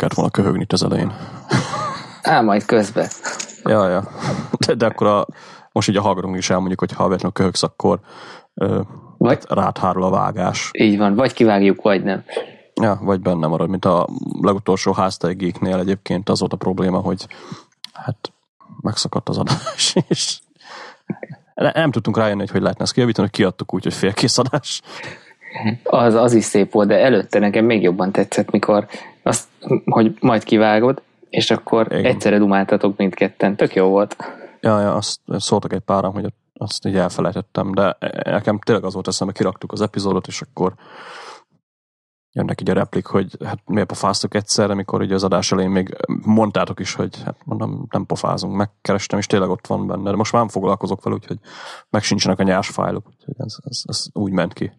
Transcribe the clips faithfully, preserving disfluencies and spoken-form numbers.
kellett volna köhögni itt az elején. Á, majd közben. Ja, ja. De, de akkor a, most így a hallgatónk is elmondjuk, hogy ha véletlenül köhögsz, akkor ö, vagy, rád hárul a vágás. Így van, vagy kivágjuk, vagy nem. Ja, vagy benne marad, mint a legutolsó Háztai Geeknél egyébként az volt a probléma, hogy hát megszakadt az adás, és nem tudtunk rájönni, hogy hogy lehetne ezt kijavítani, hogy kiadtuk úgy, hogy félkész adás. Az, az is szép volt, de előtte nekem még jobban tetszett, mikor azt, hogy majd kivágod, és akkor igen. Egyszerre dumáltatok mindketten. Tök jó volt. Ja, ja, azt szóltak egy páran, hogy azt így elfelejtettem, de nekem tényleg az volt eszembe, kiraktuk az epizódot, és akkor jönnek így a replik, hogy hát miért pofáztok egyszerre, mikor ugye az adás elején még mondtátok is, hogy hát mondom, nem pofázunk, megkerestem, és tényleg ott van benne, de most már nem foglalkozok vele, úgyhogy meg sincsenek a nyers fájlok, úgyhogy ez, ez, ez úgy ment ki.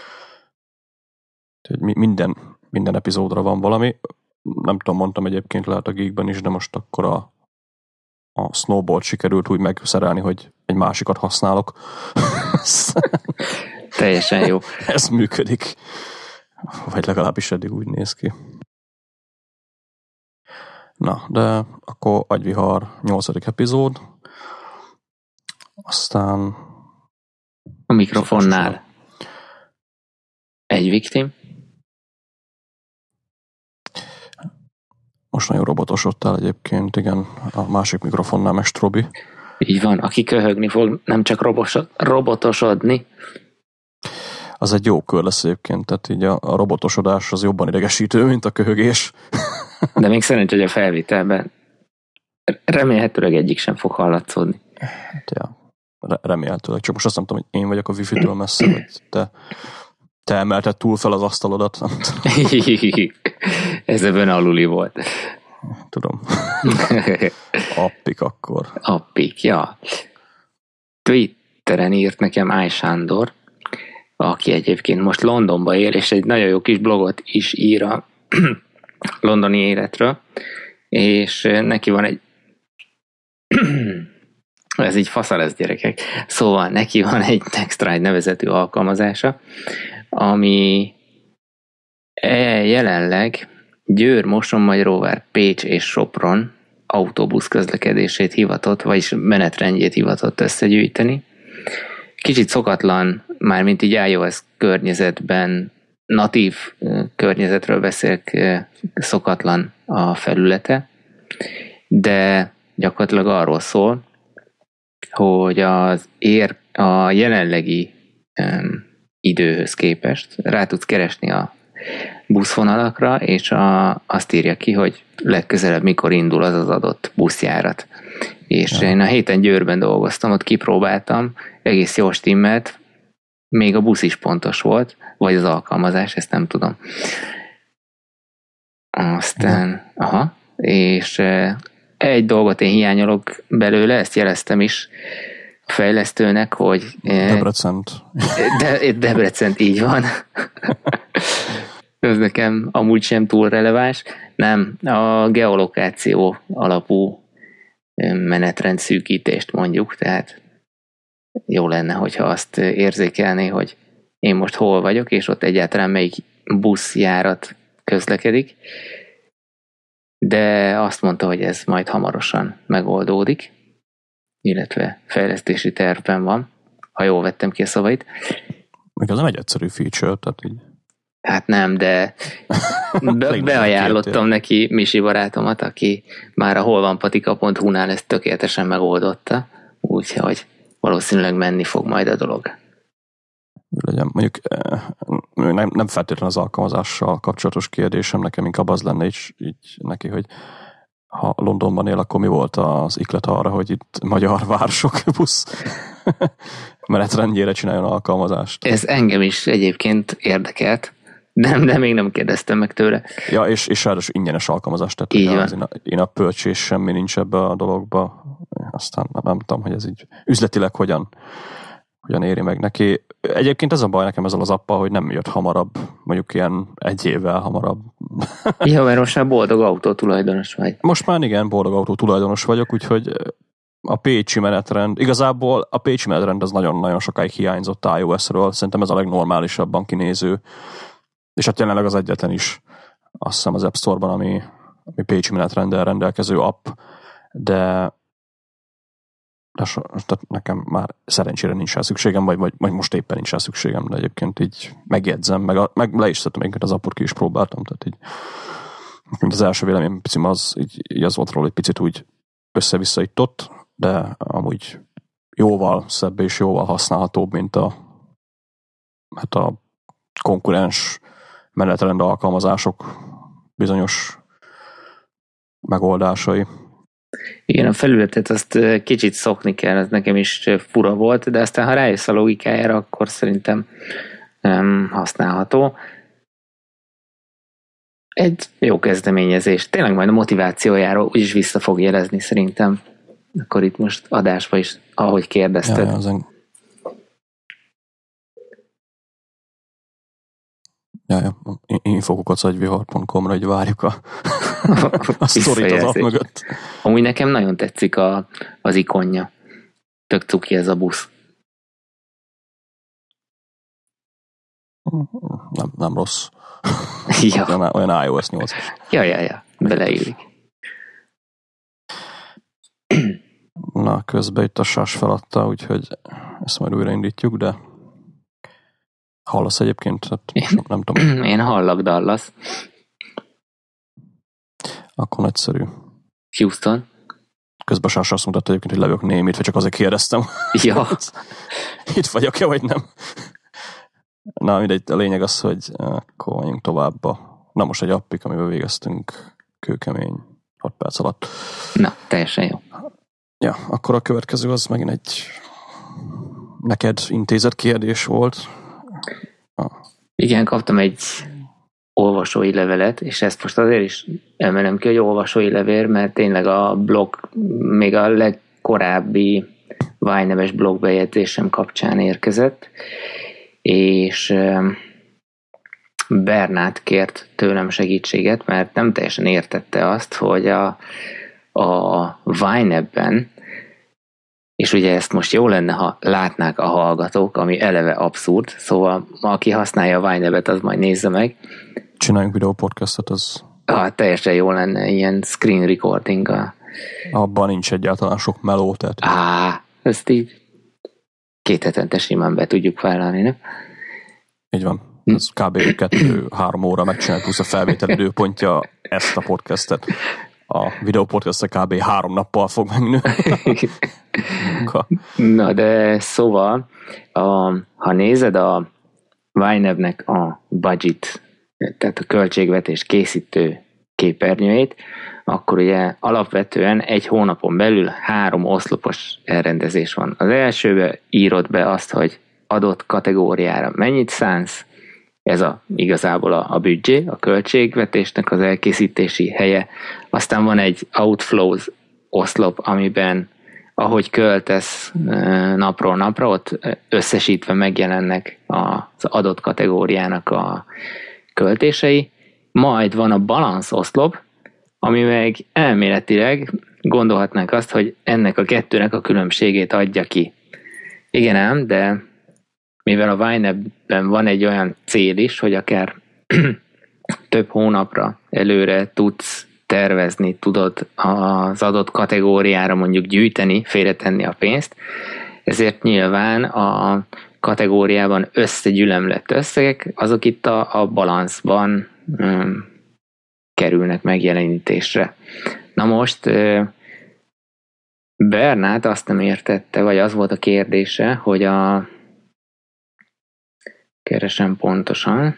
Úgyhogy minden, minden epizódra van valami. Nem tudom, mondtam egyébként, lehet a Geekben is, de most akkor a, a Snowball sikerült úgy megszerelni, hogy egy másikat használok. Teljesen jó. Ez működik. Vagy legalábbis eddig úgy néz ki. Na, de akkor Agyvihar nyolcadik epizód. Aztán a mikrofonnál egy viktim. Most nagyon robotosodtál egyébként, igen. A másik mikrofonnál Mestrobi. Így van, aki köhögni fog, nem csak robotosodni. Az egy jó kör lesz egyébként, tehát így a, a robotosodás az jobban idegesítő, mint a köhögés. De még szerint, hogy a felvételben remélhetőleg egyik sem fog hallatszódni. Hát ja, remélhetőleg. Csak most azt nem tudom, hogy én vagyok a wifi-től messze, vagy te, te emelted túl fel az asztalodat. Ez ebben aluli volt. Tudom. Appik akkor. Appik, ja. Twitteren írt nekem Áj Sándor, aki egyébként most Londonba él, és egy nagyon jó kis blogot is ír a londoni életről, és neki van egy ez így fasza lesz, gyerekek. Szóval neki van egy Nextride nevezetű alkalmazása, ami jelenleg Győr, Mosonmagyaróvár, Pécs és Sopron autóbusz közlekedését hivatott, vagyis menetrendjét hivatott összegyűjteni. Kicsit szokatlan, mármint így iOS környezetben, natív környezetről beszélek, szokatlan a felülete, de gyakorlatilag arról szól, hogy az ér, a jelenlegi um, időhöz képest rá tudsz keresni a buszvonalakra, és a, azt írja ki, hogy legközelebb mikor indul az az adott buszjárat. És ja. Én a héten Győrben dolgoztam, ott kipróbáltam, egész jó stimmelt, még a busz is pontos volt, vagy az alkalmazás, ezt nem tudom. Aztán, ja. aha, és egy dolgot én hiányolok belőle, ezt jeleztem is a fejlesztőnek, hogy... Debrecent. De, Debrecent, így van. Ez nekem amúgy sem túl releváns. Nem, a geolokáció alapú menetrend szűkítést mondjuk, tehát jó lenne, hogyha azt érzékelné, hogy én most hol vagyok, és ott egyáltalán melyik buszjárat közlekedik, de azt mondta, hogy ez majd hamarosan megoldódik, illetve fejlesztési tervben van, ha jól vettem ki a szavait. Még az nem egy egyszerű feature, tehát így... Hát nem, de be, beajánlottam neki Misi barátomat, aki már a holvanpatika pont hu-nál ezt tökéletesen megoldotta, úgyhogy valószínűleg menni fog majd a dolog. Legyen. Mondjuk nem, nem feltétlenül az alkalmazással kapcsolatos kérdésem, nekem inkább az lenne így, így neki, hogy ha Londonban él, akkor mi volt az iklet arra, hogy itt magyar városok busz menetrendjére csináljon alkalmazást? Ez engem is egyébként érdekelt, de, de még nem kérdeztem meg tőle. Ja, és, és ráadásul ingyenes alkalmazást tett. Én a, én a pölcsés semmi nincs ebbe a dologba. Aztán nem, nem tudom, hogy ez így üzletileg hogyan, hogyan éri meg neki. Egyébként ez a baj nekem ezzel az appal, hogy nem jött hamarabb, mondjuk ilyen egy évvel hamarabb. Ja, mert most már boldog autó tulajdonos vagy. Most már igen, boldog autó tulajdonos vagyok, úgyhogy a pécsi menetrend, igazából a pécsi menetrend az nagyon-nagyon sokáig hiányzott iOS-ről, szerintem ez a legnormálisabban kinéző, és hát jelenleg az egyetlen is, azt hiszem az App Store-ban, ami, ami Pécsi menetrenddel rendelkező app, de, de so, tehát nekem már szerencsére nincs rá szükségem, vagy, vagy, vagy most éppen nincs rá szükségem, de egyébként így megjegyzem, meg, a, meg le is tettem, egyébként az appot ki is próbáltam, tehát így az első vélemény picim az, így, így az volt róla, egy picit úgy össze-vissza itt-ott, de amúgy jóval szebb és jóval használhatóbb, mint a, hát a konkurens menetrend alkalmazások bizonyos megoldásai. Igen, a felületet azt kicsit szokni kell, ez nekem is fura volt, de aztán ha rájössz a logikájára, akkor szerintem um, használható. Egy jó kezdeményezés. Tényleg majd a motivációjáról úgyis vissza fog jelezni szerintem. Akkor itt most adásba is, ahogy kérdezted. Ja, ja, Ja, ja. infokukac egy vihar pont com-ra így várjuk a, a sztorit az app mögött. Amúgy nekem nagyon tetszik a, az ikonja. Tök cuki ez a busz. Nem, nem rossz. Ja. Olyan, olyan iOS nyolcas. Ja, ja, ja. Beleillik. Na, közben itt a sás feladta, úgyhogy ezt majd újraindítjuk, de hallasz egyébként? Hát, nem, nem tudom. Én hallak, Dallas. Akkor nagyszerű. Houston. Közben Sás azt mutatta egyébként, hogy levök némit, vagy csak azért kérdeztem. Ja. Itt vagyok-e, vagy nem? Na, mindegy, a lényeg az, hogy akkor menjünk tovább. Na, most egy appik, amivel végeztünk kőkemény hat perc alatt. Na, teljesen jó. Ja, akkor a következő az megint egy neked intézett kérdés volt. Ah. Igen, kaptam egy olvasói levelet, és ezt most azért is emelem ki, hogy olvasói levél, mert tényleg a blog, még a legkorábbi Vájneves blogbejegyzésem kapcsán érkezett, és Bernát kért tőlem segítséget, mert nem teljesen értette azt, hogy a, a Vájnebben, és ugye ezt most jó lenne, ha látnák a hallgatók, ami eleve abszurd, szóval aki használja a Vájnebet, az majd nézze meg. Csináljunk videópodcastot, az... Ah, teljesen jó lenne, ilyen screen recording. A... Abban nincs egyáltalán sok meló, tehát... Á, ezt így két hetente simán be tudjuk vállalni, nem? Így van. Ez kb. kettő-három óra megcsinálni, plusz a felvétel időpontja ezt a podcastet. A videópodcast kb. három nappal fog megnő. Na, de szóval, a, ha nézed a Vájnebnek a budget, tehát a költségvetés készítő képernyőjét, akkor ugye alapvetően egy hónapon belül három oszlopos elrendezés van. Az elsőbe írod be azt, hogy adott kategóriára mennyit szánsz, ez a, igazából a, a büdzsé, a költségvetésnek az elkészítési helye. Aztán van egy outflows oszlop, amiben ahogy költesz napról napra, ott összesítve megjelennek az adott kategóriának a költései. Majd van a balance oszlop, ami meg elméletileg gondolhatnánk azt, hogy ennek a kettőnek a különbségét adja ki. Igen ám, de mivel a Vájnebben van egy olyan cél is, hogy akár több hónapra előre tudsz tervezni, tudod az adott kategóriára mondjuk gyűjteni, félretenni a pénzt, ezért nyilván a kategóriában összegyülemlett összegek, azok itt a, a balanszban um, kerülnek megjelenítésre. Na most uh, Bernát azt nem értette, vagy az volt a kérdése, hogy a keresem pontosan,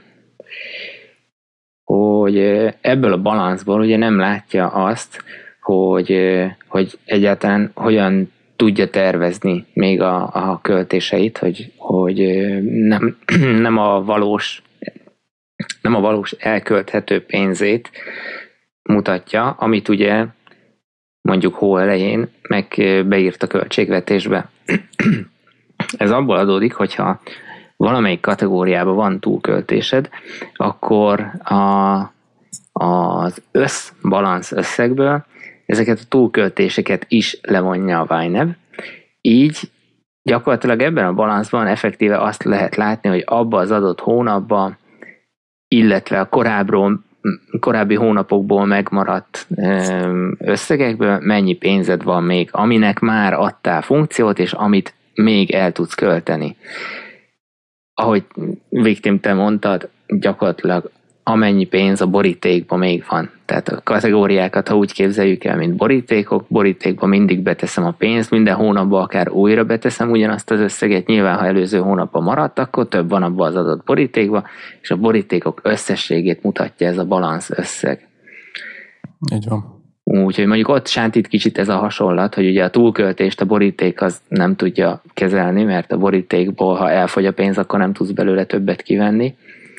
hogy ebből a balanszból ugye nem látja azt, hogy, hogy egyáltalán hogyan tudja tervezni még a, a költéseit, hogy, hogy nem, nem a valós nem a valós elkölthető pénzét mutatja, amit ugye mondjuk hó elején meg beírt a költségvetésbe. Ez abból adódik, hogyha valamelyik kategóriában van túlköltésed, akkor a, az összbalansz összegből ezeket a túlköltéseket is levonja a Vájneb. Így gyakorlatilag ebben a balanszban effektíve azt lehet látni, hogy abba az adott hónapban, illetve a korábbról korábbi hónapokból megmaradt összegekből mennyi pénzed van még, aminek már adtál funkciót, és amit még el tudsz költeni. Ahogy Viktim, te mondtad, gyakorlatilag amennyi pénz a borítékban még van. Tehát a kategóriákat, ha úgy képzeljük el, mint borítékok, borítékban mindig beteszem a pénzt, minden hónapban akár újra beteszem ugyanazt az összeget, nyilván ha előző hónapban maradt, akkor több van abban az adott borítékban, és a borítékok összességét mutatja ez a balansz összeg. Így van. Úgyhogy mondjuk ott sántít kicsit ez a hasonlat, hogy ugye a túlköltést a boríték az nem tudja kezelni, mert a borítékból, ha elfogy a pénz, akkor nem tudsz belőle többet kivenni.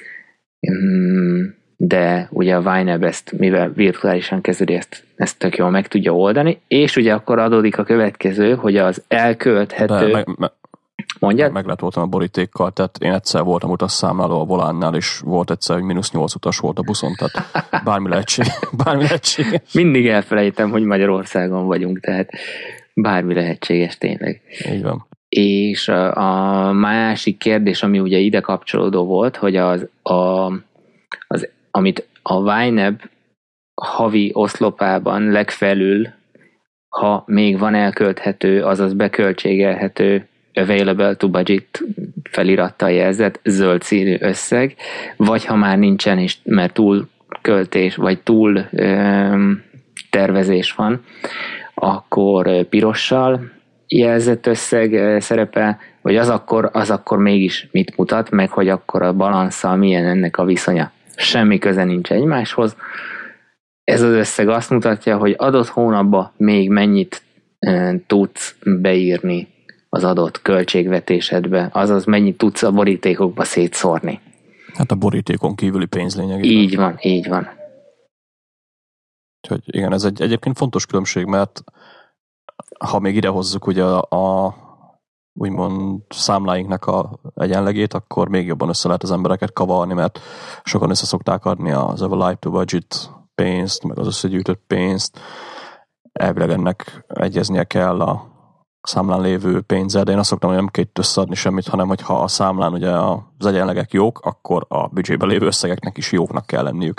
De ugye a YNAB ezt, mivel virtuálisan kezeli, ezt, ezt tök jól meg tudja oldani, és ugye akkor adódik a következő, hogy az elkölthető... Meg, me, mondjad? Meg lett voltam a borítékkal, tehát én egyszer voltam utasszámláló a volánnál, és volt egyszer, hogy mínusz nyolc utas volt a buszon, tehát bármi lehetséges. Bármi lehetséges. Mindig elfelejtem, hogy Magyarországon vagyunk, tehát bármi lehetséges tényleg. Így van. És a másik kérdés, ami ugye ide kapcsolódó volt, hogy az, a, az amit a YNAB havi oszlopában legfelül, ha még van elkölthető, azaz beköltségelhető available to budget felirattal jelzett zöld színű összeg, vagy ha már nincsen, és mert túl költés, vagy túl ö, tervezés van, akkor pirossal jelzett összeg szerepel, vagy az akkor, az akkor mégis mit mutat, meg hogy akkor a balansszal milyen ennek a viszonya. Semmi köze nincs egymáshoz. Ez az összeg azt mutatja, hogy adott hónapban még mennyit e, tudsz beírni az adott költségvetésedbe, azaz mennyit tudsz a borítékokba szétszórni. Hát a borítékon kívüli pénz lényegében. Így van, így van. Úgyhogy igen, ez egy egyébként fontos különbség, mert ha még ide hozzuk ugye a, a úgymond számláinknak a egyenlegét, akkor még jobban össze lehet az embereket kavarni, mert sokan össze szokták adni az Available to Budget pénzt, meg az összegyűjtött pénzt. Elvileg ennek egyeznie kell a számlán lévő pénzzel, de én azt szoktam, hogy nem kell összeadni semmit, hanem hogyha a számlán ugye az egyenlegek jók, akkor a büdzsében lévő összegeknek is jóknak kell lenniük.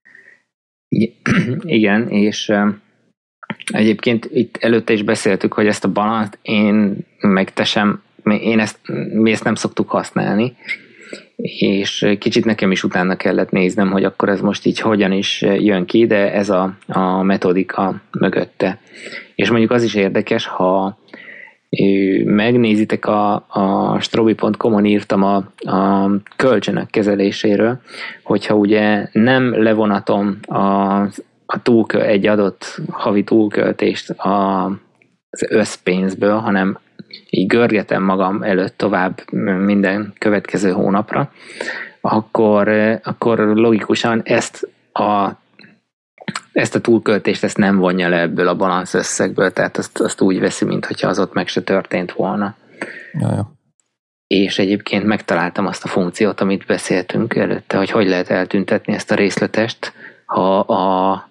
Igen, és egyébként itt előtte is beszéltük, hogy ezt a balanszt én meg te sem, én ezt, mi ezt nem szoktuk használni, és kicsit nekem is utána kellett néznem, hogy akkor ez most így hogyan is jön ki, de ez a, a metodika mögötte. És mondjuk az is érdekes, ha megnézitek a, a strobi pont com-on írtam a, a kölcsönök kezeléséről, hogyha ugye nem levonatom az a túlkö, egy adott havi túlköltést a, az összpénzből, hanem így görgetem magam előtt tovább minden következő hónapra, akkor, akkor logikusan ezt a, ezt a túlköltést ezt nem vonja le ebből a balansz összegből, tehát azt, azt úgy veszi, mintha az ott meg se történt volna. Jaja. És egyébként megtaláltam azt a funkciót, amit beszéltünk előtte, hogy hogy lehet eltüntetni ezt a részletest, ha a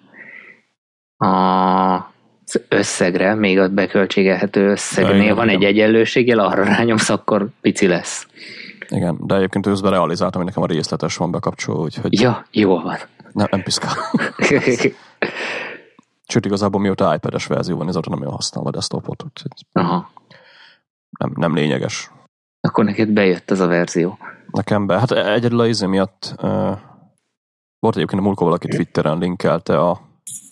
az összegre, még a beköltségelhető összegnél ja, van igen. Egy egyenlőséggel, arra rányomsz, akkor pici lesz. Igen, de egyébként közben realizáltam, hogy nekem a részletes van bekapcsolva, úgyhogy... Ja, jó van. Nem, nem piszkál. Sőt, igazából mióta iPad-es verzió van, azóta nem jól használom a desktopot, úgyhogy Aha. Nem, nem lényeges. Akkor neked bejött ez a verzió. Nekem be. Hát egyedül a izé miatt uh, volt egyébként a múltkor valaki Twitteren linkelte a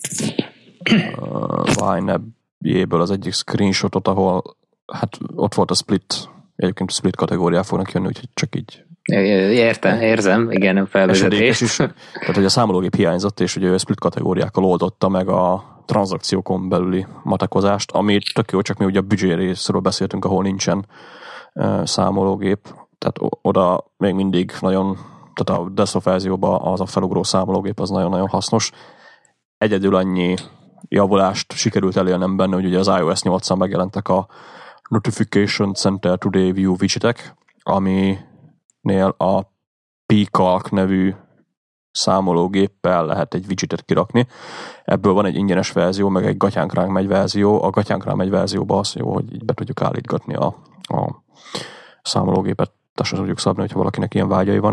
uh, YNAB-jéből az egyik screenshotot, ahol hát ott volt a split, egyébként split kategóriák fognak jönni, úgyhogy csak így. Értem, érzem, igen, a felvezetés. Is, tehát, hogy a számológép hiányzott, és ugye a split kategóriákkal oldotta meg a tranzakciókon belüli matekozást, ami tök jó, csak mi ugye a büdzsé részről beszéltünk, ahol nincsen uh, számológép, tehát oda még mindig nagyon, tehát a desktop verzióban az a felugró számológép az nagyon-nagyon hasznos. Egyedül annyi javulást sikerült elérnem benne, hogy ugye az iOS nyolcon megjelentek a Notification Center Today View widgetek, aminél a P-Calc nevű számológéppel lehet egy widgetet kirakni. Ebből van egy ingyenes verzió, meg egy gatyánk ránk megy verzió. A gatyánk ránk megy verzióban az jó, hogy így be tudjuk állítgatni a, a számológépet, azt sem tudjuk szabni, hogyha valakinek ilyen vágyai vannak.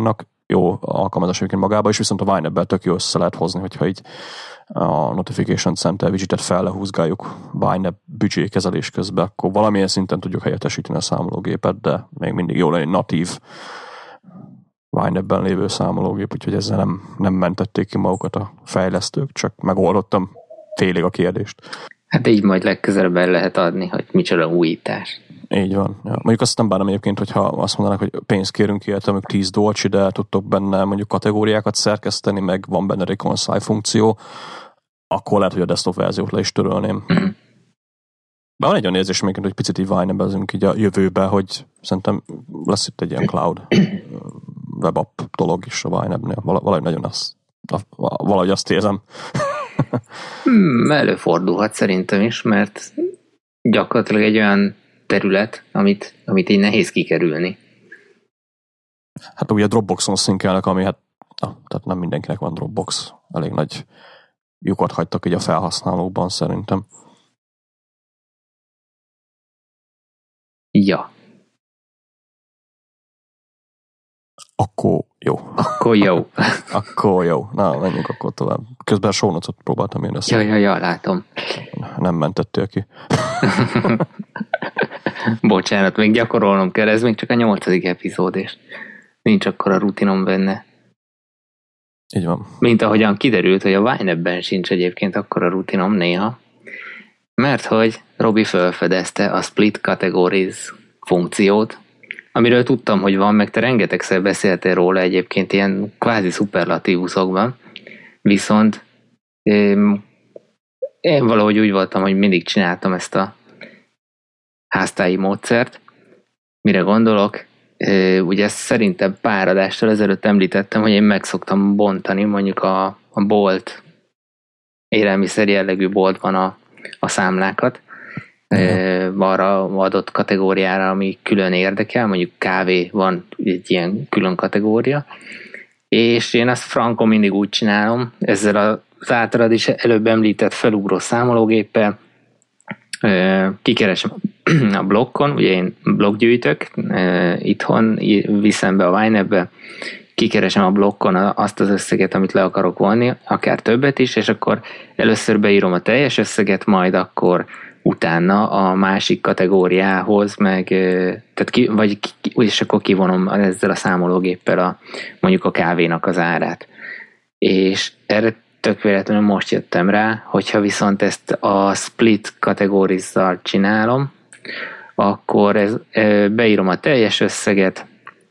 jó alkalmazás egyébként magába, és viszont a Wine-ebből tök jó össze lehet hozni, hogyha így a Notification Center widgetet fellehúzgáljuk Wine-ebb büdzsékezelés közben, akkor valamilyen szinten tudjuk helyettesíteni a számológépet, de még mindig jól egy natív Wine-ebben lévő számológép, úgyhogy ezzel nem, nem mentették ki magukat a fejlesztők, csak megoldottam félig a kérdést. Hát így majd legközelebb el lehet adni, hogy micsoda újítás. Így van. Ja. Mondjuk azt nem bánom egyébként, hogyha azt mondanak, hogy pénzt kérünk ilyet, mondjuk tíz dolcsi, de tudtok benne mondjuk kategóriákat szerkeszteni, meg van benne reconcile funkció, akkor lehet, hogy a desktop verziót le is törölném. Mm. De van egy olyan érzés még, hogy picit így Wine-ebezünk így a jövőbe, hogy szerintem lesz itt egy ilyen cloud web app dolog is a Wine-ebnél. Valahogy nagyon azt, valahogy azt érzem. hmm, előfordulhat szerintem is, mert gyakorlatilag egy olyan terület, amit, amit így nehéz kikerülni. Hát ugye Dropboxon szinkelnek, ami hát na, tehát nem mindenkinek van Dropbox. Elég nagy lyukat hagytak így a felhasználókban szerintem. Ja. Akkor jó. Akkor jó. Akkor jó. Na, menjünk akkor tovább. Közben a show notes-ot próbáltam én össze. Ja, ja, ja, látom. Nem mentettél ki. Bocsánat, még gyakorolnom kell, ez még csak a nyolcadik epizód, és nincs akkor a rutinom benne. Így van. Mint ahogyan kiderült, hogy a Wine-ebben sincs egyébként akkor a rutinom néha, mert hogy Robi felfedezte a Split Categories funkciót, amiről tudtam, hogy van, meg te rengetegszer beszéltél róla egyébként ilyen kvázi szuperlatívuszokban, viszont én, én valahogy úgy voltam, hogy mindig csináltam ezt a háztáji módszert. Mire gondolok? Ugye szerintem pár adással ezelőtt említettem, hogy én meg szoktam bontani mondjuk a, a bolt, élelmiszer jellegű boltban a, a számlákat, uh-huh. arra adott kategóriára, ami külön érdekel, mondjuk kávé van egy ilyen külön kategória, és én ezt frankon mindig úgy csinálom, ezzel az általad is előbb említett felugró számológéppel, kikeresem a blokkon, ugye én blokkgyűjtök, itthon viszem be a Wine-ebbe, kikeresem a blokkon azt az összeget, amit le akarok vonni, akár többet is, és akkor először beírom a teljes összeget, majd akkor utána a másik kategóriához, meg, tehát ki, vagy ki, és akkor kivonom ezzel a számológéppel a, mondjuk a kávénak az árát. És erre tök véletlenül most jöttem rá, hogyha viszont ezt a split kategórizzal csinálom, akkor ez, beírom a teljes összeget,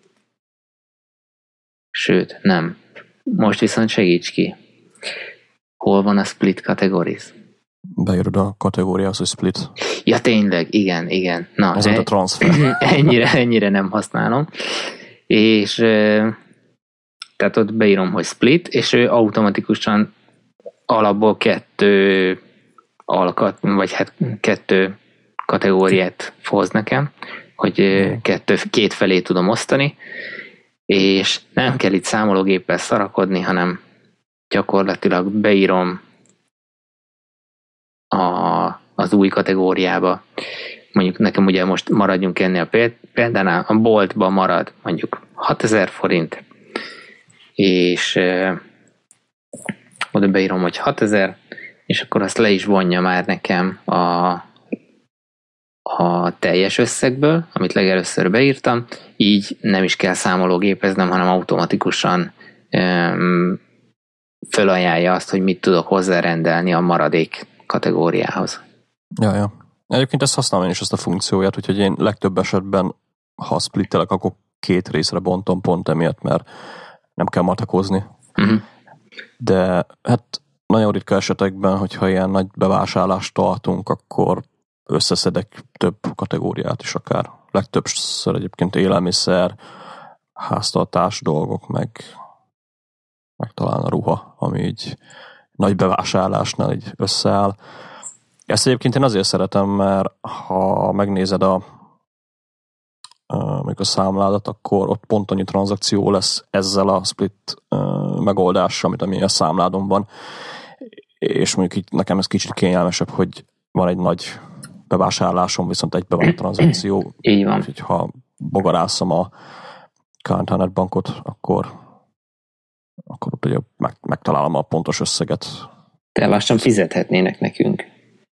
sőt, nem. Most viszont segíts ki. Hol van a split categories? Beírod a kategóriához, hogy split. Ja, tényleg, igen, igen. Na, ez e- a transfer. ennyire, ennyire nem használom. És tehát ott beírom, hogy split, és ő automatikusan alapból kettő alkat, vagy hát kettő kategóriát hoz nekem, hogy kettő, két felé tudom osztani, és nem kell itt számológéppel szarakodni, hanem gyakorlatilag beírom a, az új kategóriába. Mondjuk nekem ugye most maradjunk ennél a példánál, a boltban marad mondjuk hatezer forint, és euh, oda beírom, hogy hatezer, és akkor azt le is vonja már nekem a, a teljes összegből, amit legelőször beírtam, így nem is kell számológépeznem, hanem automatikusan um, fölajánlja azt, hogy mit tudok hozzárendelni a maradék kategóriához. Ja, ja. Egyébként ezt használom én is, ezt a funkcióját, úgyhogy én legtöbb esetben, ha splittelek, akkor két részre bontom pont emiatt, mert nem kell matakozni. Uh-huh. De hát nagyon ritka esetekben, hogyha ilyen nagy bevásárlást tartunk, akkor összeszedek több kategóriát is akár. Legtöbbször egyébként élelmiszer, háztartás dolgok, meg, meg talán a ruha, ami így nagy bevásárlásnál így összeáll. Ezt egyébként én azért szeretem, mert ha megnézed a, a, a számládat, akkor ott pont annyi tranzakció lesz ezzel a split uh, megoldással, amit ami a számládon van. És mondjuk így nekem ez kicsit kényelmesebb, hogy van egy nagy bevásárlásom, viszont egybe van a tranzakció. Így van. Úgyhogy ha bogarászom a Car Internet bankot, akkor akkor ott ugye meg, megtalálom a pontos összeget. Te lassan fizethetnének nekünk.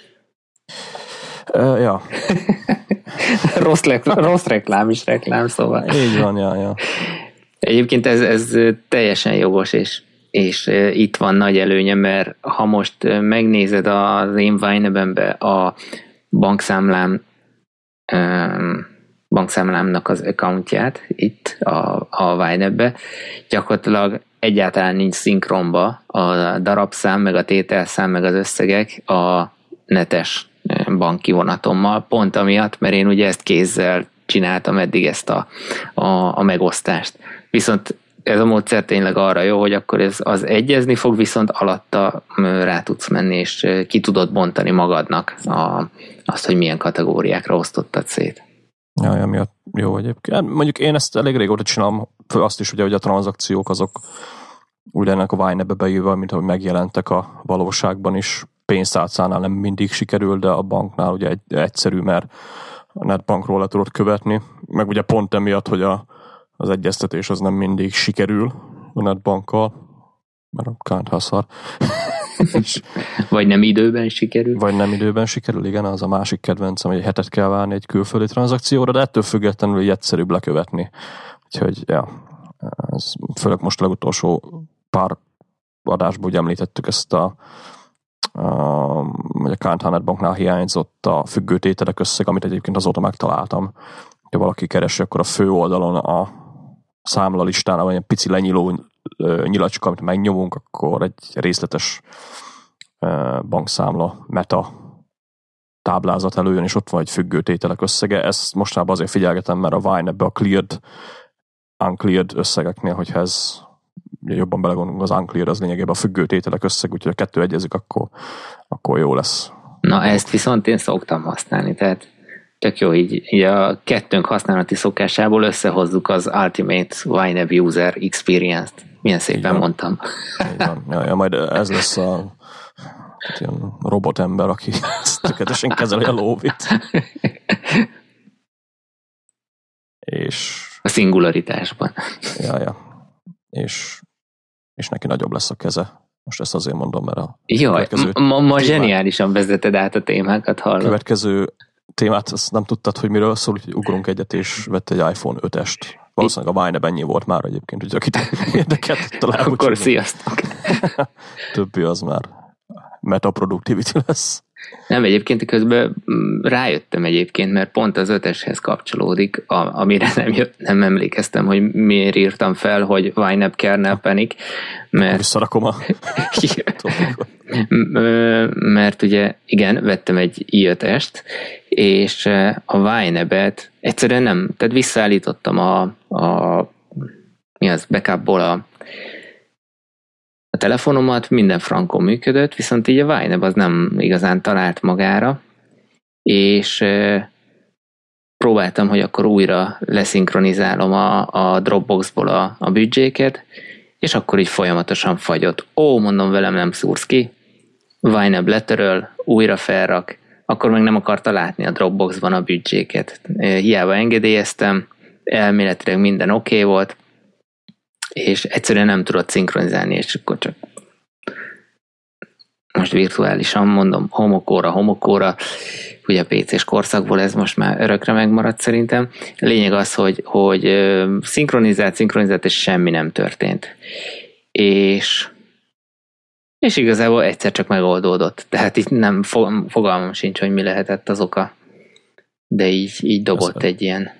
Uh, ja. rossz, le- rossz reklám is reklám, szóval. Így van, ja, ja. Egyébként ez, ez teljesen jogos, és, és itt van nagy előnye, mert ha most megnézed az én Vine-be a bankszámlám bankszámlámnak az accountját itt a, a Vine-be, gyakorlatilag egyáltalán nincs szinkronba a darabszám, meg a tételszám, meg az összegek a netes banki vonatommal, pont amiatt, mert én ugye ezt kézzel csináltam eddig ezt a, a, a megosztást. Viszont ez a módszer tényleg arra jó, hogy akkor ez az egyezni fog, viszont alatta rá tudsz menni, és ki tudod bontani magadnak a, azt, hogy milyen kategóriákra osztottad szét. Ja, ja, miatt jó egyébként. Mondjuk én ezt elég régóta csinálom, azt is ugye, hogy a tranzakciók azok úgy lennek a Vine-be beírva, mint ahogy megjelentek a valóságban is. Pénztárcánál nem mindig sikerül, de a banknál ugye egy, egyszerű, mert a netbankról le tudod követni. Meg ugye pont emiatt, hogy a, az egyeztetés az nem mindig sikerül a netbankkal, mert a kánthászar. Vagy nem időben sikerül. Vagy nem időben sikerül, igen, az a másik kedvencem, hogy egy hetet kell várni egy külföldi tranzakcióra, de ettől függetlenül így egyszerűbb lekövetni. Úgyhogy, ja, ez főleg most a legutolsó pár adásból úgy említettük ezt a Uh, vagy a Kanthanet banknál hiányzott a függőtételek összeg, amit egyébként azóta megtaláltam. Ha valaki keresi, akkor a fő oldalon a számlalistán, vagy egy pici lenyíló uh, nyilacska, amit megnyomunk, akkor egy részletes uh, bankszámla meta táblázat előjön, és ott van egy függőtételek összege. Ezt mostanában azért figyelgetem, mert a Vine ebbe a cleared, uncleared összegeknél, hogyha ez jobban belegondolunk, az unclear az lényegében a függőtételek összeg, úgyhogy a kettő egyezik, akkor, akkor jó lesz. Na, ezt viszont én szoktam használni, tehát tök jó, így, így a kettőnk használati szokásából összehozzuk az Ultimate Vine User Experience-t. Milyen szépen mondtam. Így van. Ja, ja, majd ez lesz a hát ilyen robotember, aki tökéletesen kezeli a lóvit. És a szingularitásban. Ja, ja. És és neki nagyobb lesz a keze. Most ezt azért mondom, mert a Jaj, következő ma, ma zseniálisan vezeted át a témákat, hallom. A következő témát, azt nem tudtad, hogy miről szól, úgyhogy ugrunk egyet, és vett egy iPhone ötest. Valószínűleg a Vine-ben ennyi volt már egyébként, úgyhogy akit érdekelt, talán akkor sziasztok. Többi az már meta-productivity lesz. Nem, egyébként közben rájöttem egyébként, mert pont az öteshez kapcsolódik, a, amire nem, jött, nem emlékeztem, hogy miért írtam fel, hogy Vine-app kernel panic, mert... Visszarakom a mert ugye, igen, vettem egy i ötest, és a Vine-app-et egyszerűen nem, tehát visszaállítottam a, a mi az, backupból a a telefonomat, minden frankon működött, viszont így a Vine az nem igazán talált magára, és e, próbáltam, hogy akkor újra leszinkronizálom a, a Dropboxból a, a büdzséket, és akkor így folyamatosan fagyott. Ó, mondom, velem nem szúrsz ki, Vine letöröl, újra felrak, akkor meg nem akarta látni a Dropboxban a büdzséket. E, hiába engedélyeztem, elméletileg minden oké okay volt, és egyszerűen nem tudott szinkronizálni, és akkor csak most virtuálisan mondom, homokóra, homokóra, ugye a pé cés korszakból ez most már örökre megmaradt szerintem. A lényeg az, hogy, hogy szinkronizált, szinkronizált, és semmi nem történt. És, és igazából egyszer csak megoldódott. Tehát itt nem fogalmam sincs, hogy mi lehetett az oka. De így, így dobott ez egy ilyen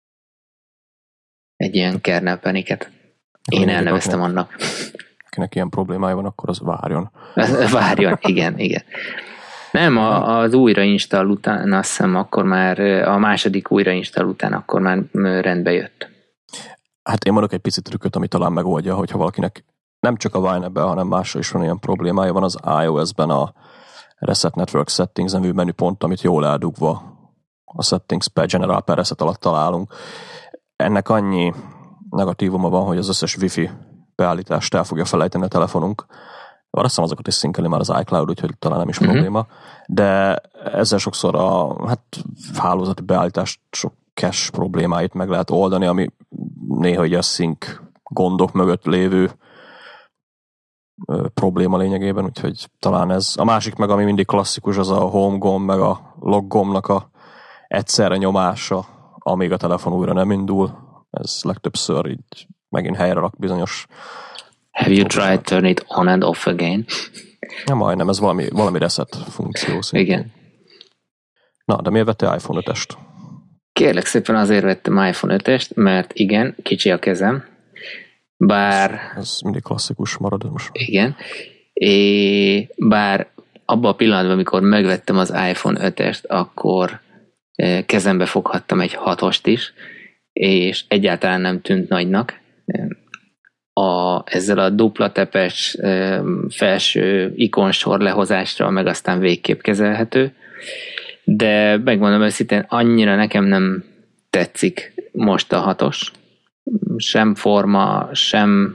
egy ilyen kernel paniket. Én elneveztem annak. Akinek ilyen problémája van, akkor az várjon. Várjon, igen, igen. Nem, a, az újrainstall után, azt hiszem, akkor már a második újrainstall után akkor már rendbe jött. Hát én mondok egy picit trükköt, ami talán megoldja, hogyha valakinek nem csak a Vine-ben, hanem mással is van ilyen problémája, van az iOS-ben a Reset Network Settings nevű menüpont, amit jól eldugva a Settings per General per Reset alatt találunk. Ennek annyi negatívuma van, hogy az összes Wi-Fi beállítást el fogja felejteni a telefonunk. Azt hiszem, azokat is szinkeli már az iCloud, úgyhogy talán nem is mm-hmm. probléma. De ezzel sokszor a hát, hálózati beállítást, sok cache problémáit meg lehet oldani, ami néha ugye a sync gondok mögött lévő ö, probléma lényegében, úgyhogy talán ez. A másik meg, ami mindig klasszikus, az a home gomb, meg a lock gombnak a egyszerre nyomása, amíg a telefon újra nem indul. Ez legtöbbször így megint helyre rak bizonyos. Have you tried turn it on and off again? Ja, majdnem, ez valami, valami reset funkció szintén. Igen. Na, de miért vettél iPhone ötöst? Kérlek szépen azért vettem iPhone ötöst, mert igen, kicsi a kezem, bár... Ez mindig klasszikus marad most. Igen, és bár abban a pillanatban, amikor megvettem az iPhone ötöst, akkor kezembe foghattam egy hatost is, és egyáltalán nem tűnt nagynak. A, ezzel a dupla tepes felső ikonsor lehozásra meg aztán végképp kezelhető, de megmondom őszintén, annyira nekem nem tetszik most a hatos. Sem forma, sem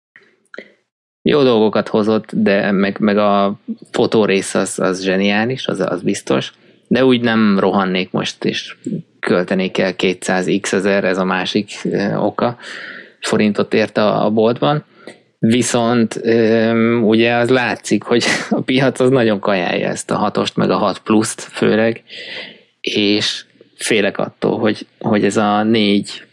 jó dolgokat hozott, de meg, meg a fotórész az, az zseniális, az, az biztos, de úgy nem rohannék most, és költenék el kétszáz ezer, ez a másik oka, forintot ért a, a boltban. Viszont ugye az látszik, hogy a piac az nagyon kajálja ezt a hatost, meg a hat pluszt főleg, és félek attól, hogy, hogy ez a négy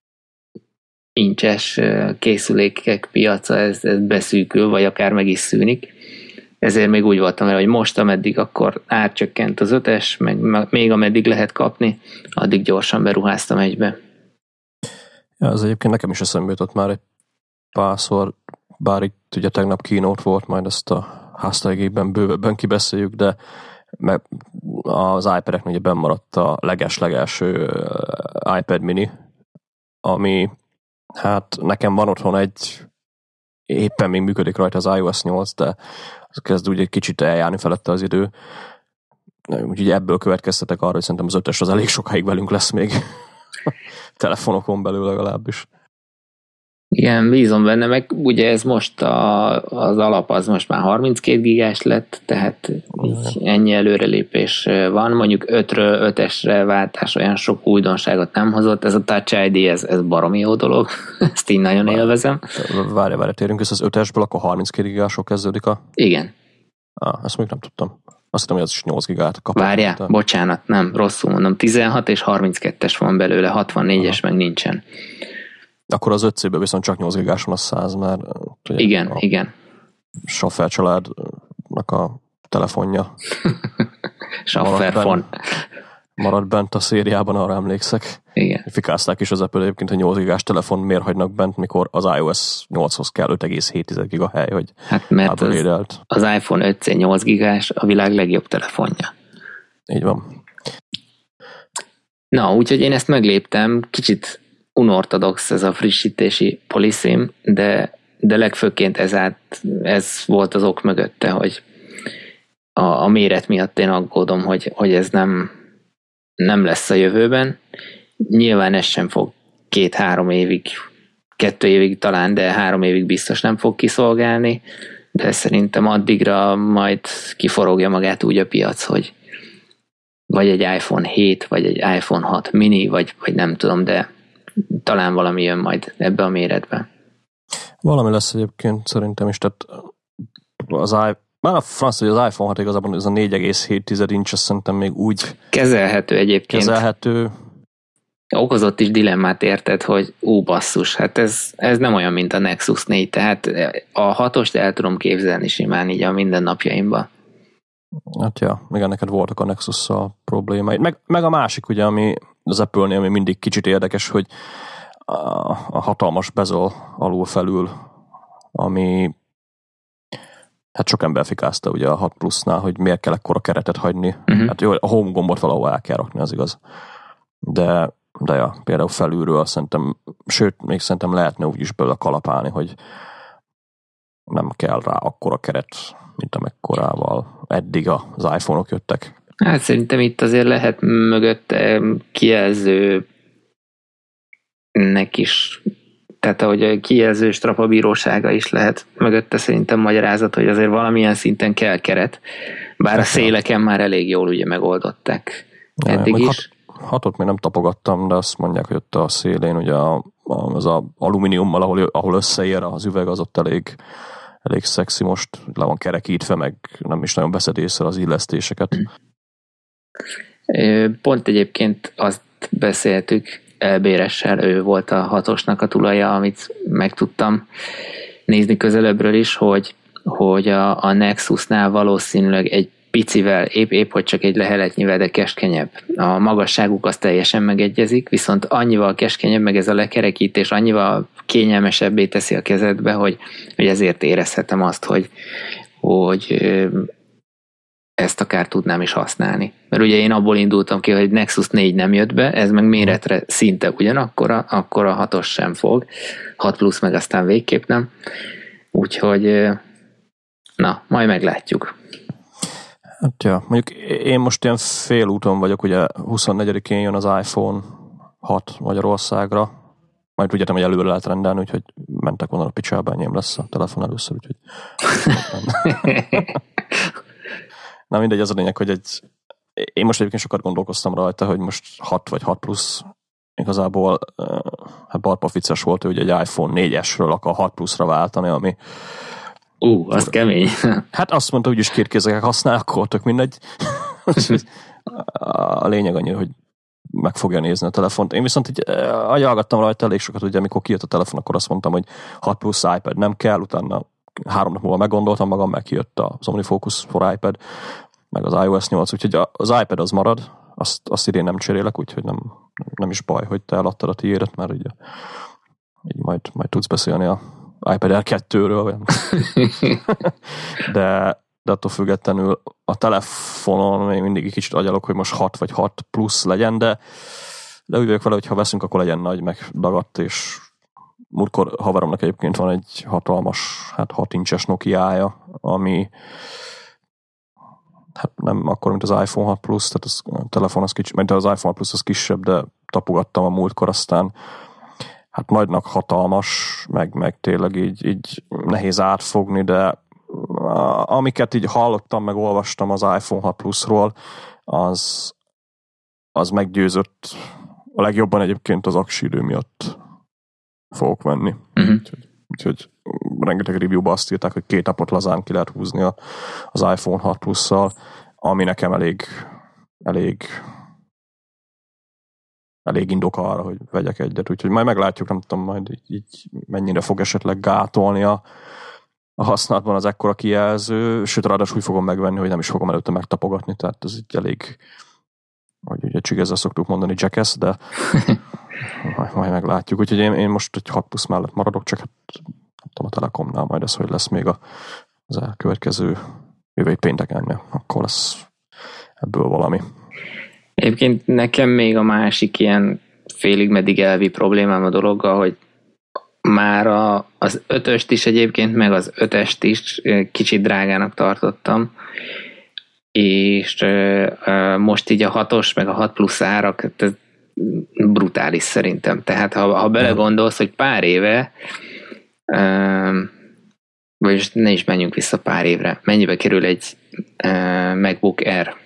incses készülékek piaca, ez, ez beszűkül, vagy akár meg is szűnik. Ezért még úgy voltam vele, hogy most, ameddig akkor árcsökkent az ötes, meg még ameddig lehet kapni, addig gyorsan beruháztam egybe. Ja, ez egyébként nekem is eszembe jutott már egy párszor, bár itt ugye tegnap keynote volt, majd ezt a háztáigében bővebben kibeszéljük, de az iPad-eknek ugye benn maradt a leges-legelső iPad mini, ami hát nekem van otthon egy, éppen még működik rajta az iOS nyolc, de az kezd úgy egy kicsit eljárni felette az idő. Úgyhogy ebből következtetek arra, hogy szerintem az ötös az elég sokáig velünk lesz még telefonokon belül legalábbis. Igen, bízom benne, meg ugye ez most a, az alap az most már harminckét gigás lett, tehát így ennyi előrelépés van, mondjuk ötről ötesre váltás olyan sok újdonságot nem hozott, ez a Touch i dé, ez, ez baromi jó dolog, ezt így nagyon Várj, élvezem. Várj, várj, térjünk össze az ötesből, akkor harminckét gigásról kezdődik a... Igen. Ah, ezt még nem tudtam. Azt hittem, hogy az is nyolc gigát kapott. Várjál, de... bocsánat, nem, rosszul mondom, tizenhat és harminckettes van belőle, hatvannégyes Aha. meg nincsen. Akkor az öt céből viszont csak nyolc gigás van, az száz már. Igen, a igen. Schaffer családnak a telefonja. Schafferfon. Maradt bent a szériában, arra emlékszek. Igen. Fikázták is az Apple egyébként, hogy nyolc gigás telefon miért hagynak bent, mikor az iOS nyolchoz kell öt egész hét giga hely, hogy hát mert az, az iPhone öt cé nyolc gigás a világ legjobb telefonja. Így van. Na, úgyhogy én ezt megléptem, kicsit unortodox ez a frissítési policym, de, de legfőként ez, át, ez volt az ok mögötte, hogy a, a méret miatt én aggódom, hogy, hogy ez nem, nem lesz a jövőben. Nyilván ez sem fog két-három évig, kettő évig talán, de három évig biztos nem fog kiszolgálni, de szerintem addigra majd kiforogja magát úgy a piac, hogy vagy egy iPhone hét, vagy egy iPhone hat mini, vagy, vagy nem tudom, de talán valami jön majd ebbe a méretbe. Valami lesz egyébként szerintem is, tehát az i- már a franc, hogy az iPhone hat igazából ez a négy egész hét inches szerintem még úgy kezelhető egyébként. Kezelhető. Okozott is dilemmát érted, hogy ú, basszus, hát ez, ez nem olyan, mint a Nexus négy, tehát a hatost el tudom képzelni simán így a mindennapjaimban. Hát ja, igen, neked voltak a Nexus-szal problémáid. Meg, meg a másik, ugye, ami az Apple-nél ami mindig kicsit érdekes, hogy a, a hatalmas bezel alul felül, ami hát sok ember fikázta ugye a hat plusznál, hogy miért kell ekkora keretet hagyni. Uh-huh. Hát jó, a home gombot valahol el kell rakni, az igaz. De, de ja, például felülről szerintem, sőt, még szerintem lehetne úgy is belőle kalapálni, hogy nem kell rá akkora keret, mint amekkorával eddig az iPhone-ok jöttek. Hát szerintem itt azért lehet mögötte kijelzőnek is, tehát ahogy a kijelző strapabírósága is lehet mögötte szerintem magyarázat, hogy azért valamilyen szinten kell keret, bár a széleken már elég jól ugye megoldották eddig ja, is. Hat, hatot még nem tapogattam, de azt mondják, hogy ott a szélén ugye a, a, az a alumíniummal, ahol, ahol összeér az üveg, az ott elég elég szexi most, le van kerekítve, meg nem is nagyon veszed észre az illesztéseket. Pont egyébként azt beszéltük Elbéressel, ő volt a hatosnak a tulaja, amit meg tudtam nézni közelebbről is, hogy, hogy a, a Nexusnál valószínűleg egy picivel, épp, épp hogy csak egy leheletnyivel, de keskenyebb. A magasságuk az teljesen megegyezik, viszont annyival keskenyebb, meg ez a lekerekítés annyival kényelmesebbé teszi a kezedbe, hogy, hogy ezért érezhetem azt, hogy, hogy ezt akár tudnám is használni. Mert ugye én abból indultam ki, hogy Nexus négy nem jött be, ez meg méretre szinte ugyanakkora, akkor a hatos sem fog. hat plusz meg aztán végképp nem. Úgyhogy na, majd meglátjuk. Hát ja, mondjuk én most ilyen fél úton vagyok, ugye huszonnegyedikén jön az iPhone hat Magyarországra, majd tudjátok, hogy előre lehet rendelni, úgyhogy mentek onnan a picsába, enyém lesz a telefon először, úgyhogy na mindegy, az a lényeg, hogy egy én most egyébként sokat gondolkoztam rajta, hogy most hat vagy hat plusz igazából hát barpa vicces volt, hogy egy iPhone négyesről akar hat pluszra váltani, ami Ú, uh, az kemény. Hát azt mondta, hogy is két kézzel használ, akkor tök mindegy. A lényeg annyi, hogy meg fogja nézni a telefont. Én viszont így agyalgattam rajta elég sokat, ugye amikor kijött a telefon, akkor azt mondtam, hogy hat plusz iPad nem kell, utána három nap múlva meggondoltam magam, meg kijött az OmniFocus for iPad, meg az iOS nyolc, úgyhogy az iPad az marad, azt, azt idén nem cserélek, úgyhogy nem, nem is baj, hogy te eladtad a tiédet, mert ugye így majd, majd tudsz beszélni a iPad Air kettőről, de, de attól függetlenül a telefonon még mindig egy kicsit agyalok, hogy most hat vagy hat plusz legyen, de, de úgy vagyok vele, hogy ha veszünk, akkor legyen nagy, meg dagadt, és múltkor haveromnak egyébként van egy hatalmas, hát hat incses Nokia-ja, ami hát nem akkor, mint az iPhone hat plusz, tehát az, a telefon az kicsi, mert az iPhone hat plusz az kisebb, de tapogattam a múltkor, aztán hát nagynak hatalmas, meg, meg tényleg így, így nehéz átfogni, de amiket így hallottam, meg olvastam az iPhone hat pluszról, az, az meggyőzött a legjobban egyébként az aksi idő miatt fogok venni. Uh-huh. Úgyhogy, úgyhogy rengeteg review-ba azt írták, hogy két napot lazán ki lehet húzni a, az iPhone hat plusszal, ami nekem elég elég elég indok arra, hogy vegyek egyet, úgyhogy majd meglátjuk, nem tudom majd így, így mennyire fog esetleg gátolni a, a használatban az ekkora kijelző, sőt ráadásul úgy fogom megvenni, hogy nem is fogom előtte megtapogatni, tehát ez így elég, hogy ugye csigezzel szoktuk mondani, jackass, de majd, majd meglátjuk, úgyhogy én, én most egy hat plusz mellett maradok, csak hát nem tudom, a Telekomnál majd ez, hogy lesz még a, az elkövetkező jövő pénteken, akkor lesz ebből valami. Egyébként nekem még a másik ilyen félig meddig elvi problémám a dologgal, hogy már a, az ötöst is egyébként, meg az ötest is kicsit drágának tartottam, és e, most így a hatos, meg a hat plusz árak, ez brutális szerintem. Tehát ha, ha belegondolsz, hogy pár éve, e, vagyis ne is menjünk vissza pár évre, mennyibe kerül egy e, MacBook Air?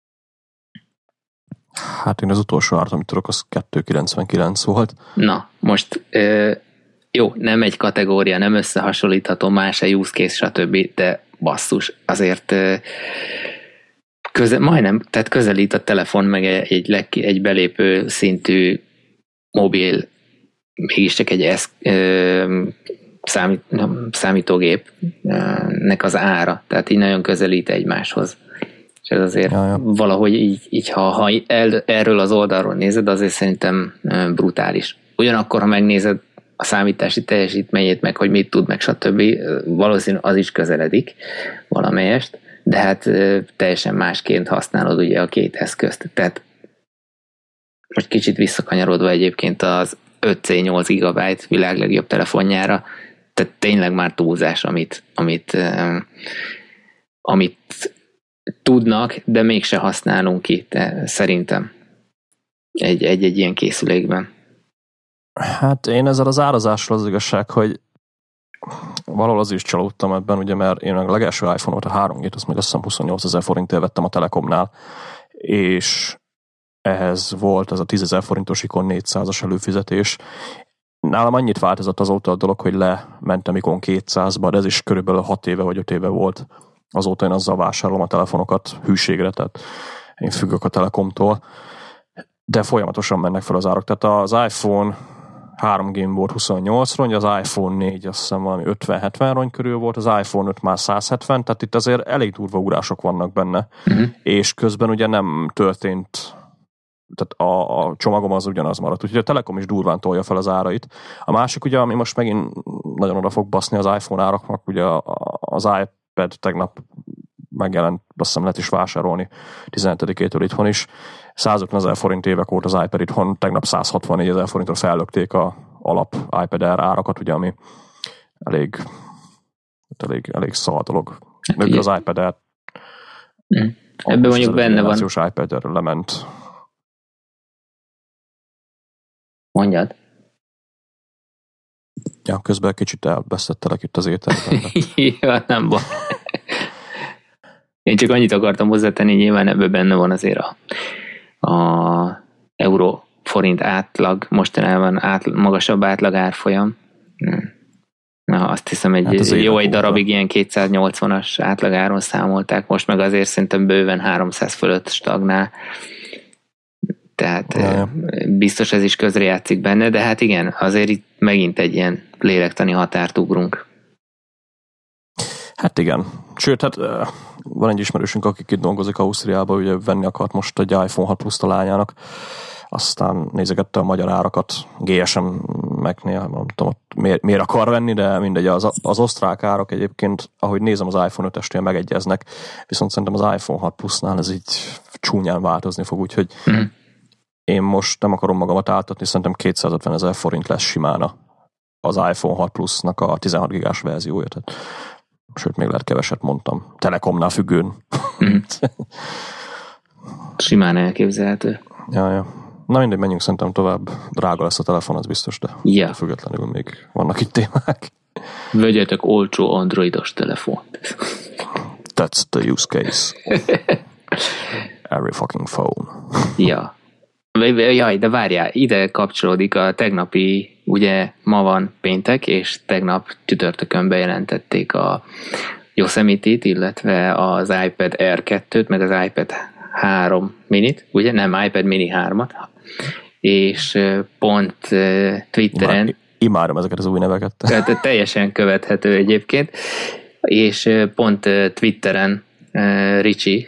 Hát én az utolsó árat, amit tudok, az kettő kilencvenkilenc volt. Na, most ö, jó, nem egy kategória, nem összehasonlítható, más a use case, stb., de basszus, azért ö, köze, majdnem, tehát közelít a telefon meg egy, leg, egy belépő szintű mobil, mégiscsak egy esz, ö, számít, számítógépnek az ára, tehát így nagyon közelít egymáshoz. És ez azért ja, ja. valahogy így, így ha, ha el, erről az oldalról nézed, azért szerintem brutális. Ugyanakkor, ha megnézed a számítási teljesítményét, meg hogy mit tud, meg stb., valószínűleg az is közeledik valamelyest, de hát teljesen másként használod ugye a két eszközt. Tehát most kicsit visszakanyarodva egyébként az öt cé nyolc gigabyte világ legjobb telefonjára, tehát tényleg már túlzás, amit amit, amit tudnak, de mégse használunk ki, de szerintem egy-egy ilyen készülékben. Hát én ezzel az árazással az igazság, hogy valahol az is csalódtam ebben, ugye, mert én a legelső iPhone-ot, a három gét, azt meg azt hiszem huszonnyolcezer forintért vettem a Telekomnál, és ehhez volt ez a tízezer forintos ikon négyszázas előfizetés. nálam annyit változott azóta a dolog, hogy lementem ikon kétszázba, de ez is körülbelül hat éve vagy öt éve volt. Azóta én azzal vásárolom a telefonokat hűségre, tehát én függök a Telekomtól, de folyamatosan mennek fel az árak. Tehát az iPhone három G volt huszonnyolc rongy, az iPhone négy azt hiszem valami ötven-hetven rongy körül volt, az iPhone öt már száz hetven, tehát itt azért elég durva ugrások vannak benne, uh-huh. és közben ugye nem történt, tehát a, a csomagom az ugyanaz maradt, úgyhogy a Telekom is durván tolja fel az árait. A másik ugye, ami most megint nagyon oda fog baszni az iPhone áraknak, ugye az iPad tegnap megjelent, azt hiszem lehet is vásárolni tizenhetedikétől itthon is. százötven ezer forint évek óta az iPad itthon, tegnap száz hatvannégy ezer forintra fellökték a alap iPad Air árakat, ugye, ami elég, elég, elég szar dolog. Hát az iPad Air mm. ebben mondjuk benne van. Az iPad Air lement. Mondjad. Ja, közben kicsit elvesztettelek itt az ételben. Ja, nem baj. Én csak annyit akartam hozzátenni, nyilván ebben benne van azért a, a euró forint átlag, mostanában átlag, magasabb átlag árfolyam. Na, azt hiszem, egy hát jó egy darabig óta. Ilyen kétszáznyolcvanas átlagáron számolták, most meg azért szerintem bőven háromszáz fölött stagnál. Tehát ja. biztos ez is közrejátszik benne, de hát igen, azért itt megint egy ilyen lélektani határt ugrunk. Hát igen. Sőt, hát van egy ismerősünk, akik itt dolgozik Ausztriában, ugye venni akart most egy iPhone hat Plus-t a lányának, aztán nézegette a magyar árakat gé es em-eknél, nem tudom, miért, miért akar venni, de mindegy, az, az osztrák árak egyébként, ahogy nézem, az iPhone ötösnél megegyeznek, viszont szerintem az iPhone hat Plus-nál ez így csúnyán változni fog, úgyhogy mm. én most nem akarom magamat áltatni, szerintem kétszázötven ezer forint lesz simán az iPhone hat Plus-nak a tizenhat gigás verziója, tehát sőt, még lehet keveset mondtam. Telekomnál függőn. Mm. Simán elképzelhető. Ja, ja. Na mindegy, menjünk szerintem tovább. Drága lesz a telefon, az biztos, de ja. függetlenül még vannak itt témák. Vegyetek olcsó androidos telefont. That's the use case. Every fucking phone. Ja. Jaj, de várjál, ide kapcsolódik a tegnapi, ugye ma van péntek, és tegnap csütörtökön bejelentették a Yosemite-t, illetve az iPad Air kettőt, meg az iPad három minit, ugye? Nem, iPad mini hármat. És pont Twitteren... Imár, imádom ezeket az új neveket. Tehát teljesen követhető egyébként. És pont Twitteren Ricsi,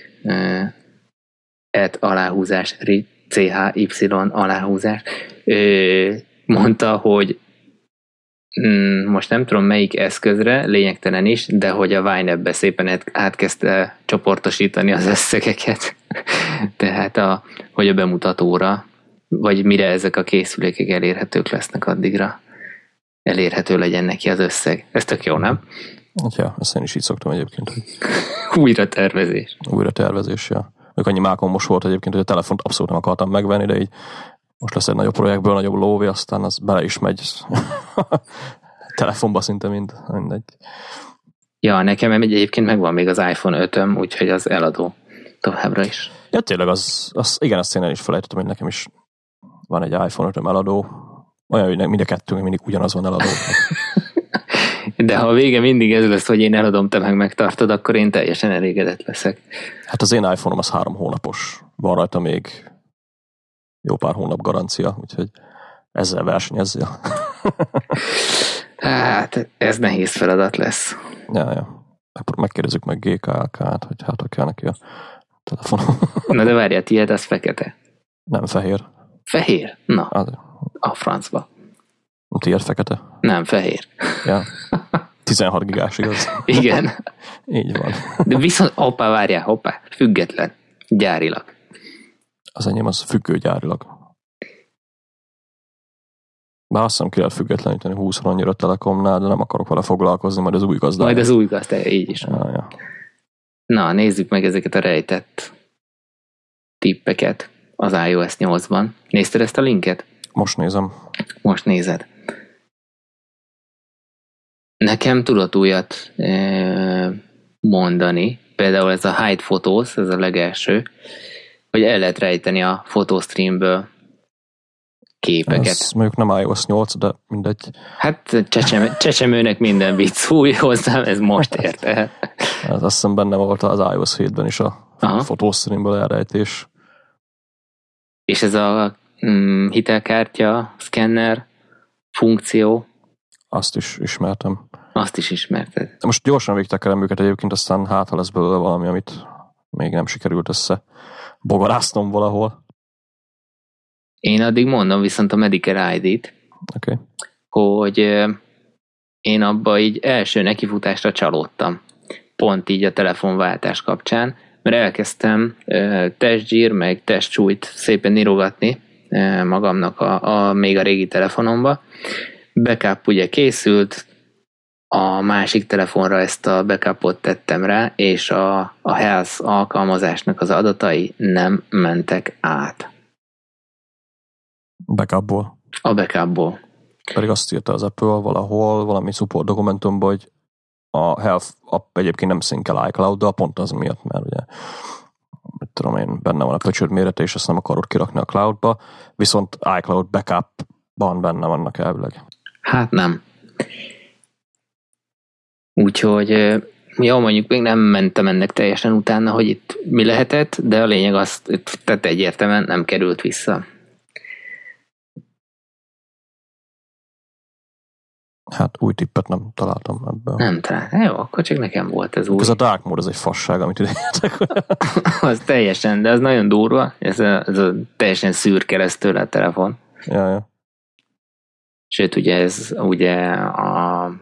et aláhúzás, cé há ipszilon aláhúzás, mondta, hogy most nem tudom melyik eszközre, lényegtelen is, de hogy a Wine-be szépen átkezdte csoportosítani az összegeket. Tehát a, hogy a bemutatóra, vagy mire ezek a készülékek elérhetők lesznek addigra, elérhető legyen neki az összeg. Ez tök jó, nem? Ja, ezt én is így szoktam egyébként. Hogy... Újra tervezés. Újra tervezés, ja. Még annyi mákon most volt egyébként, hogy a telefont abszolút nem akartam megvenni, de így most lesz egy nagyobb projektből nagyobb lóvé, aztán az bele is megy telefonba szinte mind, mindegy. Ja, nekem egyébként megvan még az iPhone ötöm, úgyhogy az eladó továbbra is. Ja, tényleg, az, az igen, azt én el is felejtettem, hogy nekem is van egy iPhone ötöm eladó. Olyan, hogy mind a kettőnk mindig ugyanaz van eladó. De ha a vége mindig ez lesz, hogy én eladom, te meg megtartod, akkor én teljesen elégedett leszek. Hát az én iPhone-om az három hónapos. Van rajta még jó pár hónap garancia, úgyhogy ezzel versenyezzél. Hát, ez nehéz feladat lesz. Ja, ja. Akkor megkérdezzük meg gé ká el ká-t, hogy hát kell neki a telefonom. Na de várjál, tiéd az fekete. Nem, fehér. Fehér? Na, az... a francba. Tiéd fekete? Nem, fehér. Ja. tizenhat gigás, igaz? Igen. Így van. De viszont, hoppá, várjál, hoppá, független, gyárilag. Az enyém az függő gyárilag. Bár azt hiszem ki lehet függetleníteni húszra annyira a Telekomnál, de nem akarok vele foglalkozni, majd az új gazdája. Majd az új gazdája, így is. Ja, ja. Na, nézzük meg ezeket a rejtett tippeket az iOS nyolcban. Nézted ezt a linket? Most nézem. Most nézed. Nekem tudott újat mondani, például ez a Hide Photos, ez a legelső, hogy el lehet rejteni a photostreamből képeket. Ez mondjuk nem iOS nyolc, de mindegy. Hát csecsemő, csecsemőnek minden vicc új hozzám, ez most érte. Ez azt hiszem benne volt az iOS hétben is a fotószínből elrejtés. És ez a mm, hitelkártya, szkenner funkció? Azt is ismertem. Azt is ismerted. Most gyorsan végtekelem őket egyébként, aztán hát, ha lesz belőle valami, amit még nem sikerült össze bogarásznom valahol. Én addig mondom viszont a Medicare i dé-t, okay. hogy én abba így első nekifutásra csalódtam. Pont így a telefonváltás kapcsán, mert elkezdtem testgyír, meg testsúlyt szépen írogatni magamnak a, a, még a régi telefonomba. Backup ugye készült, a másik telefonra ezt a backupot tettem rá, és a, a Health alkalmazásnak az adatai nem mentek át. Backupból? A backupból. Pedig azt írta az Apple valahol, valami support dokumentumban, hogy a Health app egyébként nem szinkel iCloud-dal, pont az miatt, mert ugye mit tudom én, benne van a pöcsöd mérete, és ezt nem akarod kirakni a cloudba, viszont iCloud backupban benne vannak elvileg. Hát nem. Úgyhogy jó, mondjuk még nem mentem ennek teljesen utána, hogy itt mi lehetett, de a lényeg az, tehát egyértelműen nem került vissza. Hát új tippet nem találtam ebből. Nem találtam. Jó, akkor csak nekem volt ez új. Ez a dark mode, ez egy fasság, amit idejétek. Az teljesen, de az nagyon durva. Ez a, ez a teljesen szürke lesz tőle a telefon. Ja, ja. Sőt, ugye ez ugye a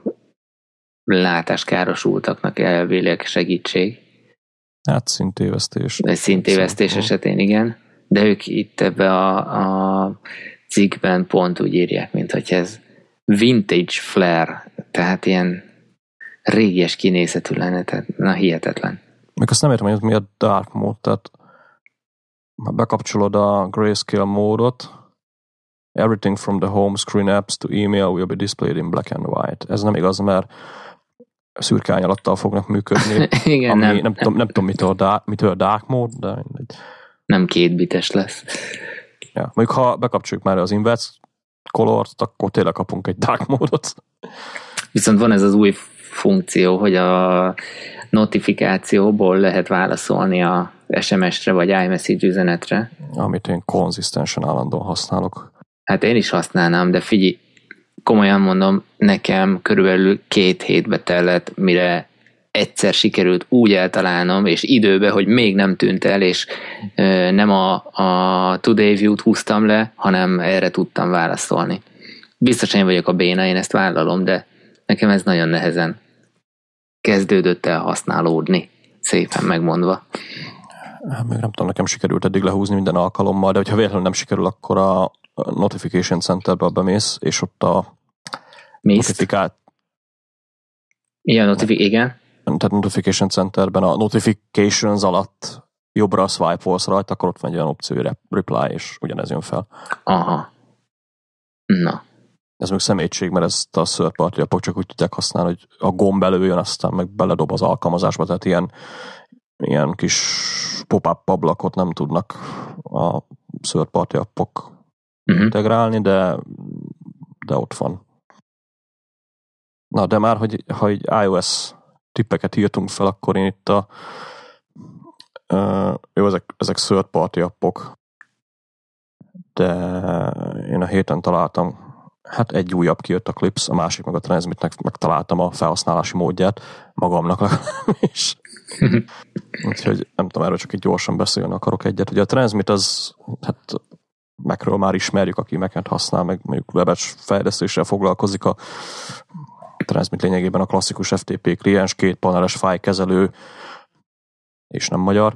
látáskárosultaknak elvileg segítség. Hát szintévesztés. Egy szintévesztés esetén, igen. De ők itt ebbe a, a cikkben pont úgy írják, mint hogy ez vintage flare, tehát ilyen régies kinézetű lenne, tehát na hihetetlen. Még azt nem értem, hogy mi a dark mode, tehát ha bekapcsolod a grayscale módot, everything from the home screen apps to email will be displayed in black and white. Ez nem igaz, mert szürke árnyalattal fognak működni. Igen, ami, nem, nem, nem, tudom, nem tudom, mitől a dark, mitől a dark mode, de mindegy. Nem kétbites lesz. Ja, mondjuk ha bekapcsoljuk már az invert colort, akkor tényleg kapunk egy dark módot. Viszont van ez az új funkció, hogy a notifikációból lehet válaszolni a es em es-re vagy iMessage üzenetre. Amit én konzisztensen állandóan használok. Hát én is használnám, de figyelj, komolyan mondom, nekem körülbelül két hétbe tellett, mire egyszer sikerült úgy eltalálnom, és időbe, hogy még nem tűnt el, és ö, nem a, a Today View-t húztam le, hanem erre tudtam válaszolni. Biztos én vagyok a béna, én ezt vállalom, de nekem ez nagyon nehezen kezdődött el használódni, szépen megmondva. Még nem tudom, nekem sikerült eddig lehúzni minden alkalommal, de hogyha véletlenül nem sikerül, akkor a Notification Centerbe bemész, és ott a notifikált... Igen, notifi- igen. Tehát Notification Centerben a Notifications alatt jobbra swipe-olsz rajta, akkor ott van egy olyan opció, hogy reply, és ugyanez jön fel. Aha. Na. Ez még szemétség, mert ezt a third party appok csak úgy tudják használni, hogy a gomb előjön, aztán meg beledob az alkalmazásba, tehát ilyen, ilyen kis pop-up ablakot nem tudnak a third party appok uh-huh. integrálni, de, de ott van. Na, de már, hogy ha egy iOS tippeket írtunk fel, akkor én itt a uh, jó, ezek, ezek third party appok, de én a héten találtam, hát egy újabb kijött a Clips, a másik meg a Transmitnek megtaláltam a felhasználási módját magamnak is. Úgyhogy nem tudom, erről csak egy gyorsan beszélni akarok egyet. Ugye a Transmit az, hát Macről már ismerjük, aki Mac-et használ, meg mondjuk webes fejlesztéssel foglalkozik. A Transmit lényegében a klasszikus ef té pé kliens, két paneles fájlkezelő, és nem magyar.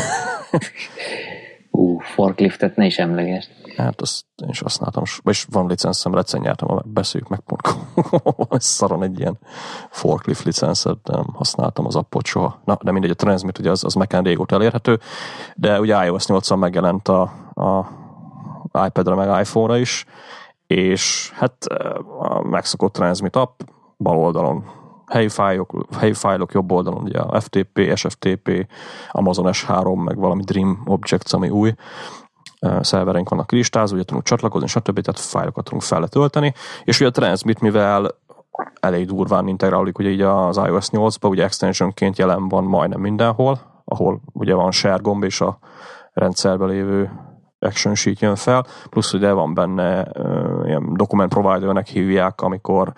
Ú, uh, forkliftet ne is emleges. Hát azt én is használtam, és van licenszem, recenjártam a beszéljük meg pont com. Szaron egy ilyen forklift licenszet, de nem használtam az appot soha. Na, de mindegy, a Transmit ugye az, az Mac-en régóta elérhető, de ugye iOS nyolcon megjelent a, a iPad-re meg iPhone-ra is, és hát a megszokott Transmit app, bal oldalon helyi fájlok, helyi fájlok, jobb oldalon ugye a ef té pé, es ef té pé, Amazon es három, meg valami Dream Objects, ami új. szervereink vannak listázva, ugye tudunk csatlakozni, stb. Tehát fájlokat tudunk felletölteni, és ugye a Transmit, mivel elég durván integrálódik ugye így az iOS nyolcba, ugye extensionként jelen van majdnem mindenhol, ahol ugye van share gomb és a rendszerben lévő action sheet jön fel, plusz ugye van benne uh, ilyen document providernek hívják, amikor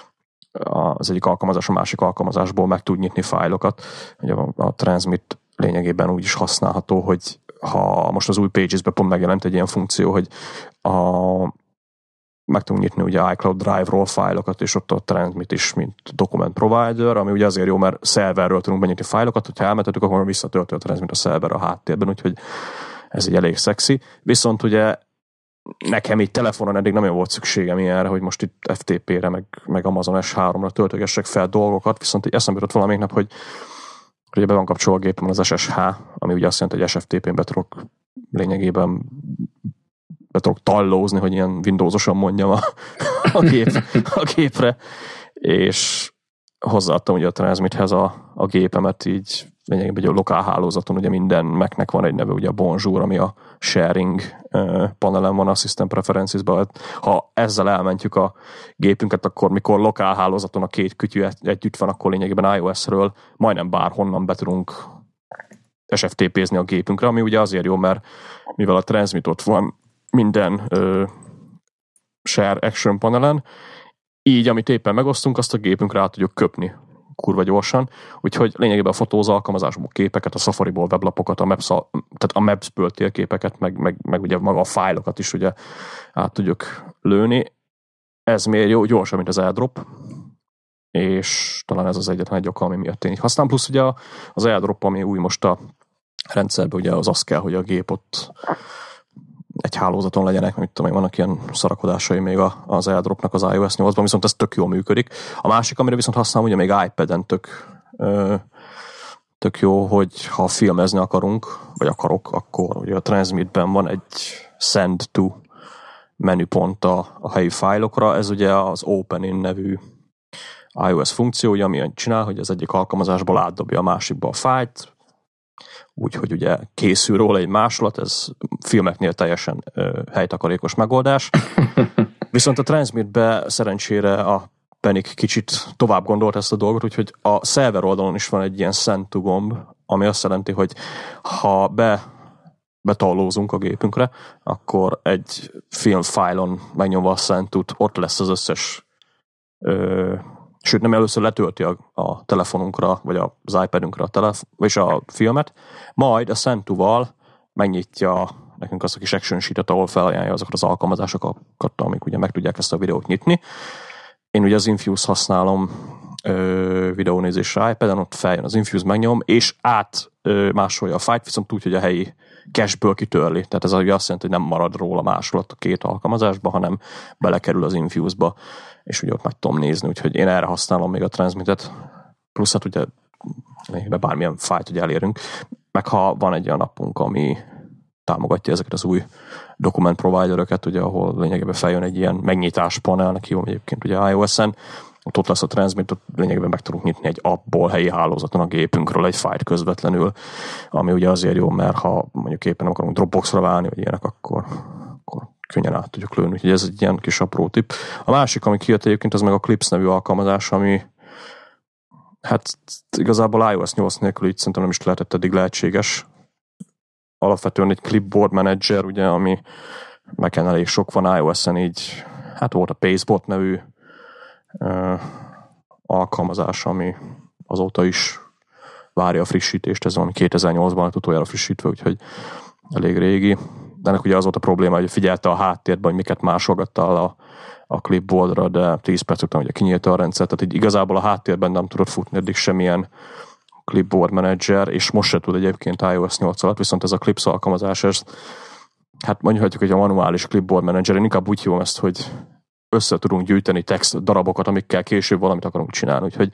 az egyik alkalmazás a másik alkalmazásból meg tud nyitni fájlokat. Ugye a, a Transmit lényegében úgy is használható, hogy ha most az új Pages-ben pont megjelent egy ilyen funkció, hogy a, meg tudunk nyitni ugye iCloud Drive-ról fájlokat, és ott a Transmit is, mint document provider, ami ugye azért jó, mert szerverről tudunk benyitni fájlokat, hogyha elmetettük, akkor visszatöltő a Transmit a szerver a háttérben, úgyhogy ez egy elég szexi. Viszont ugye nekem így telefonon eddig nem olyan volt szükségem ilyenre, hogy most itt ef té pére, meg, meg Amazon es háromra töltögessek fel dolgokat, viszont így eszembe jutott valamelyik nap, hogy ugye be van kapcsolva a gépem az es es há, ami ugye azt jelenti, hogy es ef té pén be tudok lényegében be tudok tallózni, hogy ilyen Windowsosan mondjam a, a, gép, a gépre, és hozzáadtam ugye a Transmithez a, a gépemet, így lényegében egy a lokál hálózaton, ugye minden Macnek van egy neve, ugye a Bonjour, ami a sharing uh, panelen van a System Preferences-ben. Ha ezzel elmentjük a gépünket, akkor mikor lokál hálózaton a két kütyű együtt van, akkor lényegében iOS-ről majdnem bárhonnan be tudunk es ef té pézni a gépünkre, ami ugye azért jó, mert mivel a Transmit ott van minden uh, share action panelen, így, amit éppen megosztunk, azt a gépünkre át tudjuk köpni kurva gyorsan, úgyhogy lényegében a fotóz alkalmazásból képeket, a Safariból weblapokat, a Maps, tehát a Maps-ből térképeket, meg, meg, meg ugye maga a fájlokat is ugye át tudjuk lőni. Ez miért jó? Gyorsabb, mint az AirDrop, és talán ez az egyetlen egy oka, ami miatt én így használom. Plusz ugye az AirDrop, ami új most a rendszerben, ugye az az kell, hogy a gép ott egy hálózaton legyenek, mit tudom én, vannak ilyen szarakodásai még az AirDropnak az iOS nyolcban, viszont ez tök jól működik. A másik, amire viszont használom, ugye még iPad-en tök, tök jó, hogy ha filmezni akarunk, vagy akarok, akkor ugye a Transmitben van egy Send to menüpont a, a helyi fájlokra, ez ugye az Open-in nevű iOS funkció, ugye, ami csinál, hogy az egyik alkalmazásból átdobja a másikba a fájlt, úgyhogy ugye készül róla egy másolat, ez filmeknél teljesen ö, helytakarékos megoldás. Viszont a Transmitbe szerencsére a Penik kicsit tovább gondolt ezt a dolgot, úgyhogy a szerver oldalon is van egy ilyen send to gomb, ami azt jelenti, hogy ha be betallózunk a gépünkre, akkor egy filmfájlon megnyomva a send to-t, ott lesz az összes ö, sőt, nem először letölti a, a telefonunkra, vagy az iPadünkre a telefon, vagy a filmet, majd a send to-val megnyitja nekünk azt a kis action sheet-et, ahol felajánlja azokat az alkalmazásokat, amik ugye meg tudják ezt a videót nyitni. Én ugye az Infuse használom ö, videónézésre iPad-en, ott feljön az Infuse, megnyom, és át ö, másolja a fájlt, viszont úgy, hogy a helyi cache-ből kitörli. Tehát ez azt jelenti, hogy nem marad róla másolat a két alkalmazásba, hanem belekerül az Infuse-ba, és ugye ott meg tudom nézni, úgyhogy én erre használom még a Transmitet, plusz hát ugye bármilyen fájlt ugye elérünk, meg ha van egy olyan appunk, ami támogatja ezeket az új document provideröket, ugye, ahol lényegében feljön egy ilyen megnyitás panelnek, hívom egyébként ugye iOS-en, ott, ott lesz a Transmit, ott lényegében meg tudunk nyitni egy appból, helyi hálózaton a gépünkről egy fájlt közvetlenül, ami ugye azért jó, mert ha mondjuk éppen nem akarunk Dropboxra válni, vagy ilyenek, akkor, akkor könnyen át tudjuk lőni, úgyhogy ez egy ilyen kis apró tipp. A másik, ami kijött egyébként, az meg a Clips nevű alkalmazás, ami hát igazából iOS nyolc nélkül így szerintem nem is lehetett eddig lehetséges. Alapvetően egy clipboard manager, ugye, ami Mac-en elég sok van, iOS-en így, hát volt a Pacebot nevű uh, alkalmazás, ami azóta is várja a frissítést, ez valami kétezer-nyolcban lett utoljára frissítve, úgyhogy elég régi. De ennek ugye az volt a probléma, hogy figyelte a háttérben, hogy miket másolgatta a, a clipboardra, de tíz perc után ugye kinyílta a rendszer, tehát így igazából a háttérben nem tudott futni eddig semmilyen clipboard manager, és most se tud egyébként iOS nyolc alatt, viszont ez a Clips alkalmazás, ez, hát mondhatjuk, hogy a manuális clipboard manager, én inkább úgy hívom ezt, hogy össze tudunk gyűjteni text darabokat, amikkel később valamit akarunk csinálni, úgyhogy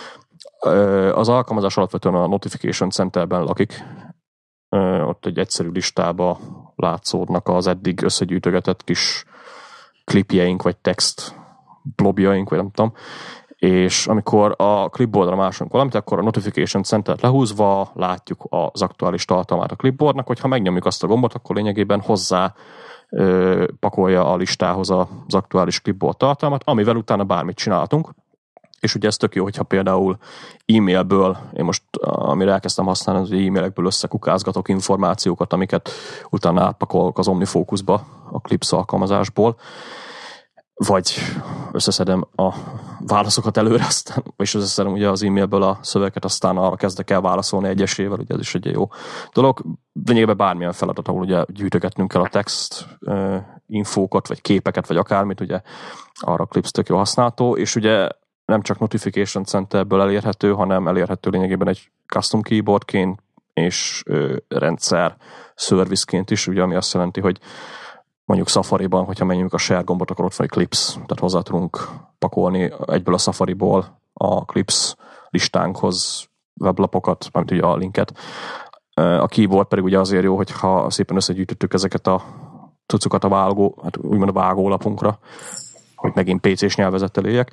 az alkalmazás alapvetően a Notification Centerben lakik, ott egy egyszerű listába látszódnak az eddig összegyűjtögetett kis klipjeink, vagy text blobjaink, vagy nem tudom, és amikor a clipboardra másolunk valamit, akkor a Notification Centert lehúzva látjuk az aktuális tartalmát a clipboardnak, hogyha megnyomjuk azt a gombot, akkor lényegében hozzá ö, pakolja a listához az aktuális clipboard tartalmat, amivel utána bármit csináltunk. És ugye ez tök jó, hogyha például e-mailből, én most amire elkezdtem használni, az e-mailekből összekukázgatok információkat, amiket utána átpakolok az OmniFocusba a Clips alkalmazásból, vagy összeszedem a válaszokat előre, aztán, és összeszedem ugye az e-mailből a szöveget, aztán arra kezdek el válaszolni egyesével, ugye ez is egy jó dolog. Lényegében bármilyen feladat, ahol ugye gyűjtögetnünk kell a text infókat, vagy képeket, vagy akármit, ugye arra a Clips tök jó használható, és ugye nem csak Notification Centerből elérhető, hanem elérhető lényegében egy custom keyboardként és ö, rendszer serviceként is, ugye, ami azt jelenti, hogy mondjuk Safari-ban, hogyha menjünk a share gombot, akkor ott van egy Clips, tehát hozzá tudunk pakolni egyből a Safari-ból a Clips listánkhoz weblapokat, mármint ugye a linket. A keyboard pedig ugye azért jó, hogyha szépen összegyűjtöttük ezeket a cuccokat a vágó, hát úgymond a vágólapunkra, hogy megint pé cés nyelvezettel éljek.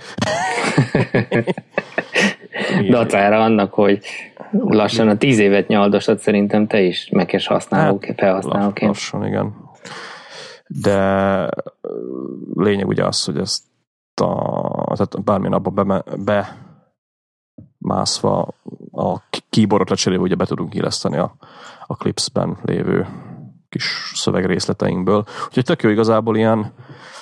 Dacára annak, hogy lassan a tíz évet nyaldosod, szerintem te is Mac-es használó, hát, felhasználóként. Lassan, igen. De lényeg ugye az, hogy ezt a, tehát bármilyen abba be, be mászva a keyboardot lecserélve ugye be tudunk illeszteni a, a Clipsben lévő kis szövegrészleteinkből. Úgyhogy tök jó igazából ilyen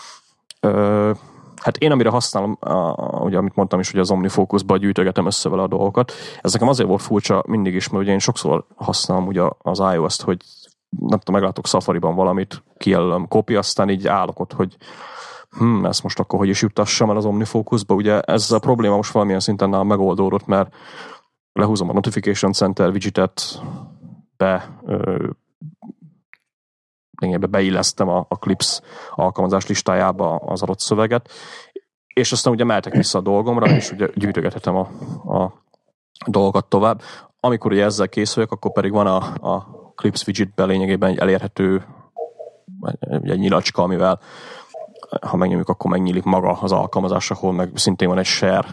ö, hát én amire használom, a, ugye amit mondtam is, hogy az OmniFocusba gyűjtögetem össze vele a dolgokat. Ez nekem azért volt furcsa mindig is, mert ugye én sokszor használom ugye az iOS-t, hogy nem tudom, meglátok Safari-ban valamit, kijelölöm copy, aztán így állok ott, hogy hm, ezt most akkor hogy is juttassam el az OmniFocusba. Ugye ez a probléma most valamilyen szinten nálam megoldódott, mert lehúzom a Notification Center widgetet, be ö, lényegében beillesztem a, a Clips alkalmazás listájába az adott szöveget, és aztán ugye mehetek vissza a dolgomra, és ugye gyűjtögethetem a, a dolgokat tovább. Amikor ugye ezzel kész vagyok, akkor pedig van a, a Clips widgetben lényegében egy elérhető egy nyilacska, amivel ha megnyomjuk, akkor megnyílik maga az alkalmazás, ahol meg szintén van egy share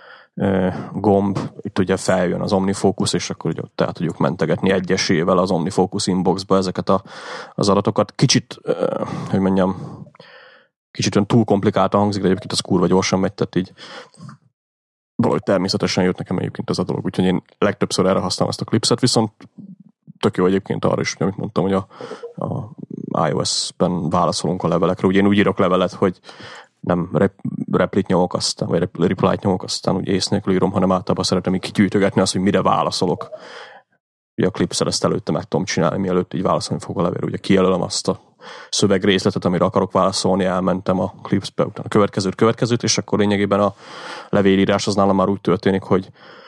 gomb, itt ugye feljön az OmniFocus, és akkor ugye ott el tudjuk mentegetni egyesével az OmniFocus inboxba ezeket a, az adatokat. Kicsit, hogy mondjam, kicsit olyan túl komplikáltan hangzik, de egyébként az kurva gyorsan megy, tehát így valahogy természetesen jött nekem egyébként ez a dolog, úgyhogy én legtöbbször erre használom ezt a Clipset, viszont tök jó egyébként arra is, amit mondtam, hogy a, a iOS-ben válaszolunk a levelekre. Ugye én úgy írok levelet, hogy nem rep, replit nyomok aztán, vagy reply-t nyomok aztán úgy ész nélkül írom, hanem általában szeretem így kigyűjtögetni azt, hogy mire válaszolok. Ugye a Clipszel ezt előtte meg tudom csinálni, mielőtt így válaszolni fog a levélre. Ugye kijelölöm azt a szövegrészletet, amire akarok válaszolni, elmentem a Clipsbe, utána a következőt, következőt, és akkor lényegében a levélírás az nálam már úgy történik, hogy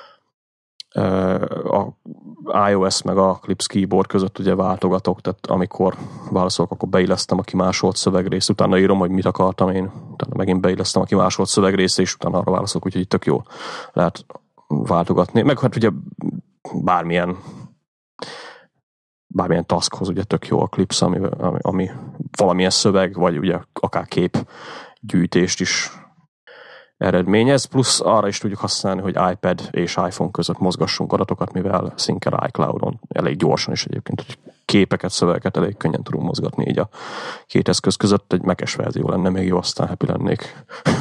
a iOS meg a Clips keyboard között ugye váltogatok, tehát amikor válaszolok, akkor beillesztem a kimásolt szövegrészt, utána írom, hogy mit akartam én, utána megint beillesztem a kimásolt szövegrészt, és utána arra válaszolok, úgyhogy tök jó lehet váltogatni. Meg hát ugye bármilyen bármilyen taskhoz ugye tök jó a Clips, ami, ami, ami valamilyen szöveg, vagy ugye akár kép gyűjtést is eredményez, plusz arra is tudjuk használni, hogy iPad és iPhone között mozgassunk adatokat, mivel szinkel iCloud-on elég gyorsan is egyébként, hogy képeket, szövegeket elég könnyen tudunk mozgatni így a két eszköz között. Egy Mac-es verzió lenne még jó, aztán happy lennék.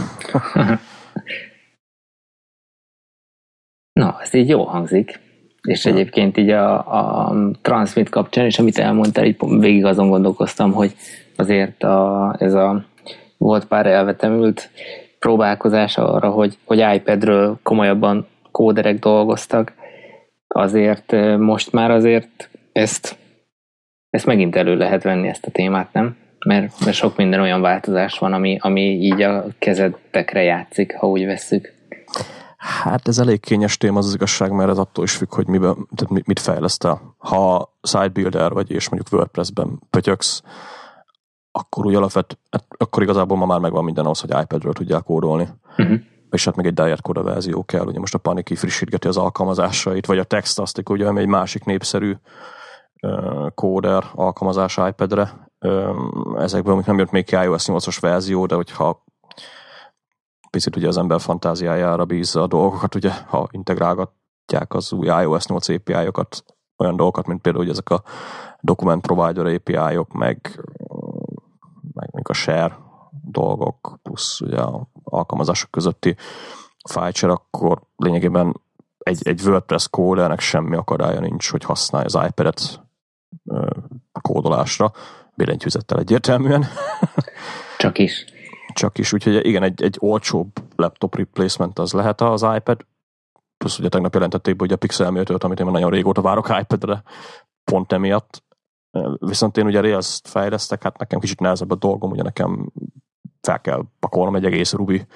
Na, ez így jó hangzik. És ja. Egyébként így a, a Transmit kapcsán, és amit elmondtál, így végig azon gondolkoztam, hogy azért a, ez a volt pár elvetemült próbálkozás arra, hogy, hogy iPadről komolyabban kóderek dolgoztak, azért most már azért ezt, ezt megint elő lehet venni, ezt a témát, nem? Mert, mert sok minden olyan változás van, ami, ami így a kezedekre játszik, ha úgy vesszük. Hát ez elég kényes téma az, az igazság, mert ez attól is függ, hogy miben, tehát mit fejlesztel. Ha SiteBuilder vagy, és mondjuk WordPress-ben pötyöksz, akkor úgy alapvet, akkor igazából ma már megvan minden ahhoz, hogy iPadről tudják kódolni. Uh-huh. És hát még egy Diet Coder verzió kell, ugye most a Paniki frissítgeti az alkalmazásait, vagy a Textastic, ugye, ami egy másik népszerű uh, kóder alkalmazás iPadre. Uh, ezekből nem jött még ki iOS nyolcas verzió, de hogyha picit ugye az ember fantáziájára bízza a dolgokat, ugye, ha integrálgatják az új iOS nyolc á pé i-okat, olyan dolgokat, mint például ezek a document provider á pé i-ok, meg, meg a share dolgok, plusz ugye a alkalmazások közötti file-share, akkor lényegében egy, egy WordPress kódernek semmi akadálya nincs, hogy használja az iPad-et ö, kódolásra, billentyűzettel egyértelműen. Csak is. Csak is, úgyhogy igen, egy, egy olcsóbb laptop replacement az lehet az iPad, plusz ugye tegnap jelentették be, hogy a Pixel em ötöt, amit én már nagyon régóta várok iPad-re, pont emiatt. Viszont én ugye Rails-t fejlesztek, hát nekem kicsit nehezebb a dolgom, ugye nekem fel kell pakolnom egy egész Ruby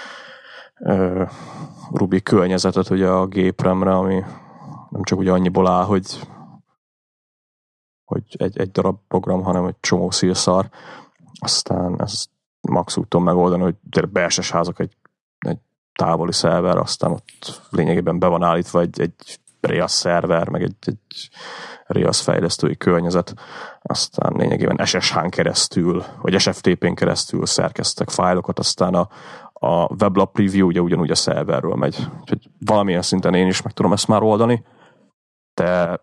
uh, Ruby környezetet ugye a gépremre, ami nem csak ugye annyiból áll, hogy hogy egy, egy darab program, hanem egy csomó szírszar. Aztán ez max úgy tudom megoldani, hogy tényleg belses házak egy, egy távoli szerver, aztán ott lényegében be van állítva egy, egy Rails szerver, meg egy, egy Rails fejlesztői környezet, aztán lényegében es es hán keresztül, vagy es ef té pén keresztül szerkeztek fájlokat, aztán a, a weblap preview ugye ugyanúgy a szerverről megy. Úgyhogy valamilyen szinten én is meg tudom ezt már oldani, de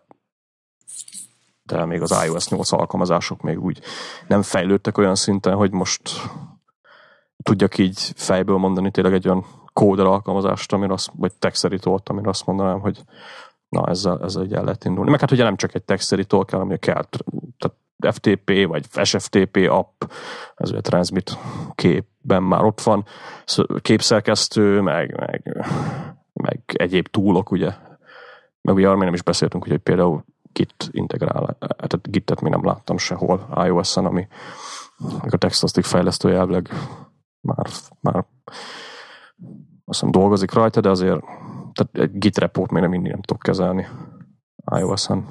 de még az iOS nyolc alkalmazások még úgy nem fejlődtek olyan szinten, hogy most tudjak így fejből mondani tényleg egy olyan kóder alkalmazást, amire azt, vagy texteditót, amire azt mondanám, hogy na, ezzel, ezzel így el lehet indulni. Meg hát ugye nem csak egy texteditól kell, ami kell, tehát ef té pé vagy es ef té pé app, ez ugye transmit képben már ott van, képszerkesztő, meg, meg, meg egyéb túlok, ugye. Meg ugye arra nem is beszéltünk, hogy például Git integrál, tehát Gitet még nem láttam sehol iOS-en, ami a TextLastic fejlesztő elvileg már, már azt hiszem dolgozik rajta, de azért tehát egy Git repót még nem mindig nem tudok kezelni iOS-en.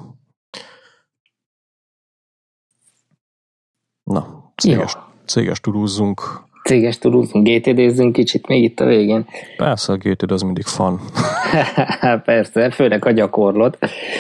Na, céges, céges tudúzzunk. Céges tudúzzunk, gé té dé-zzünk kicsit még itt a végén. Persze, a gé té dé az mindig fun. Persze, főleg a gyakorlott.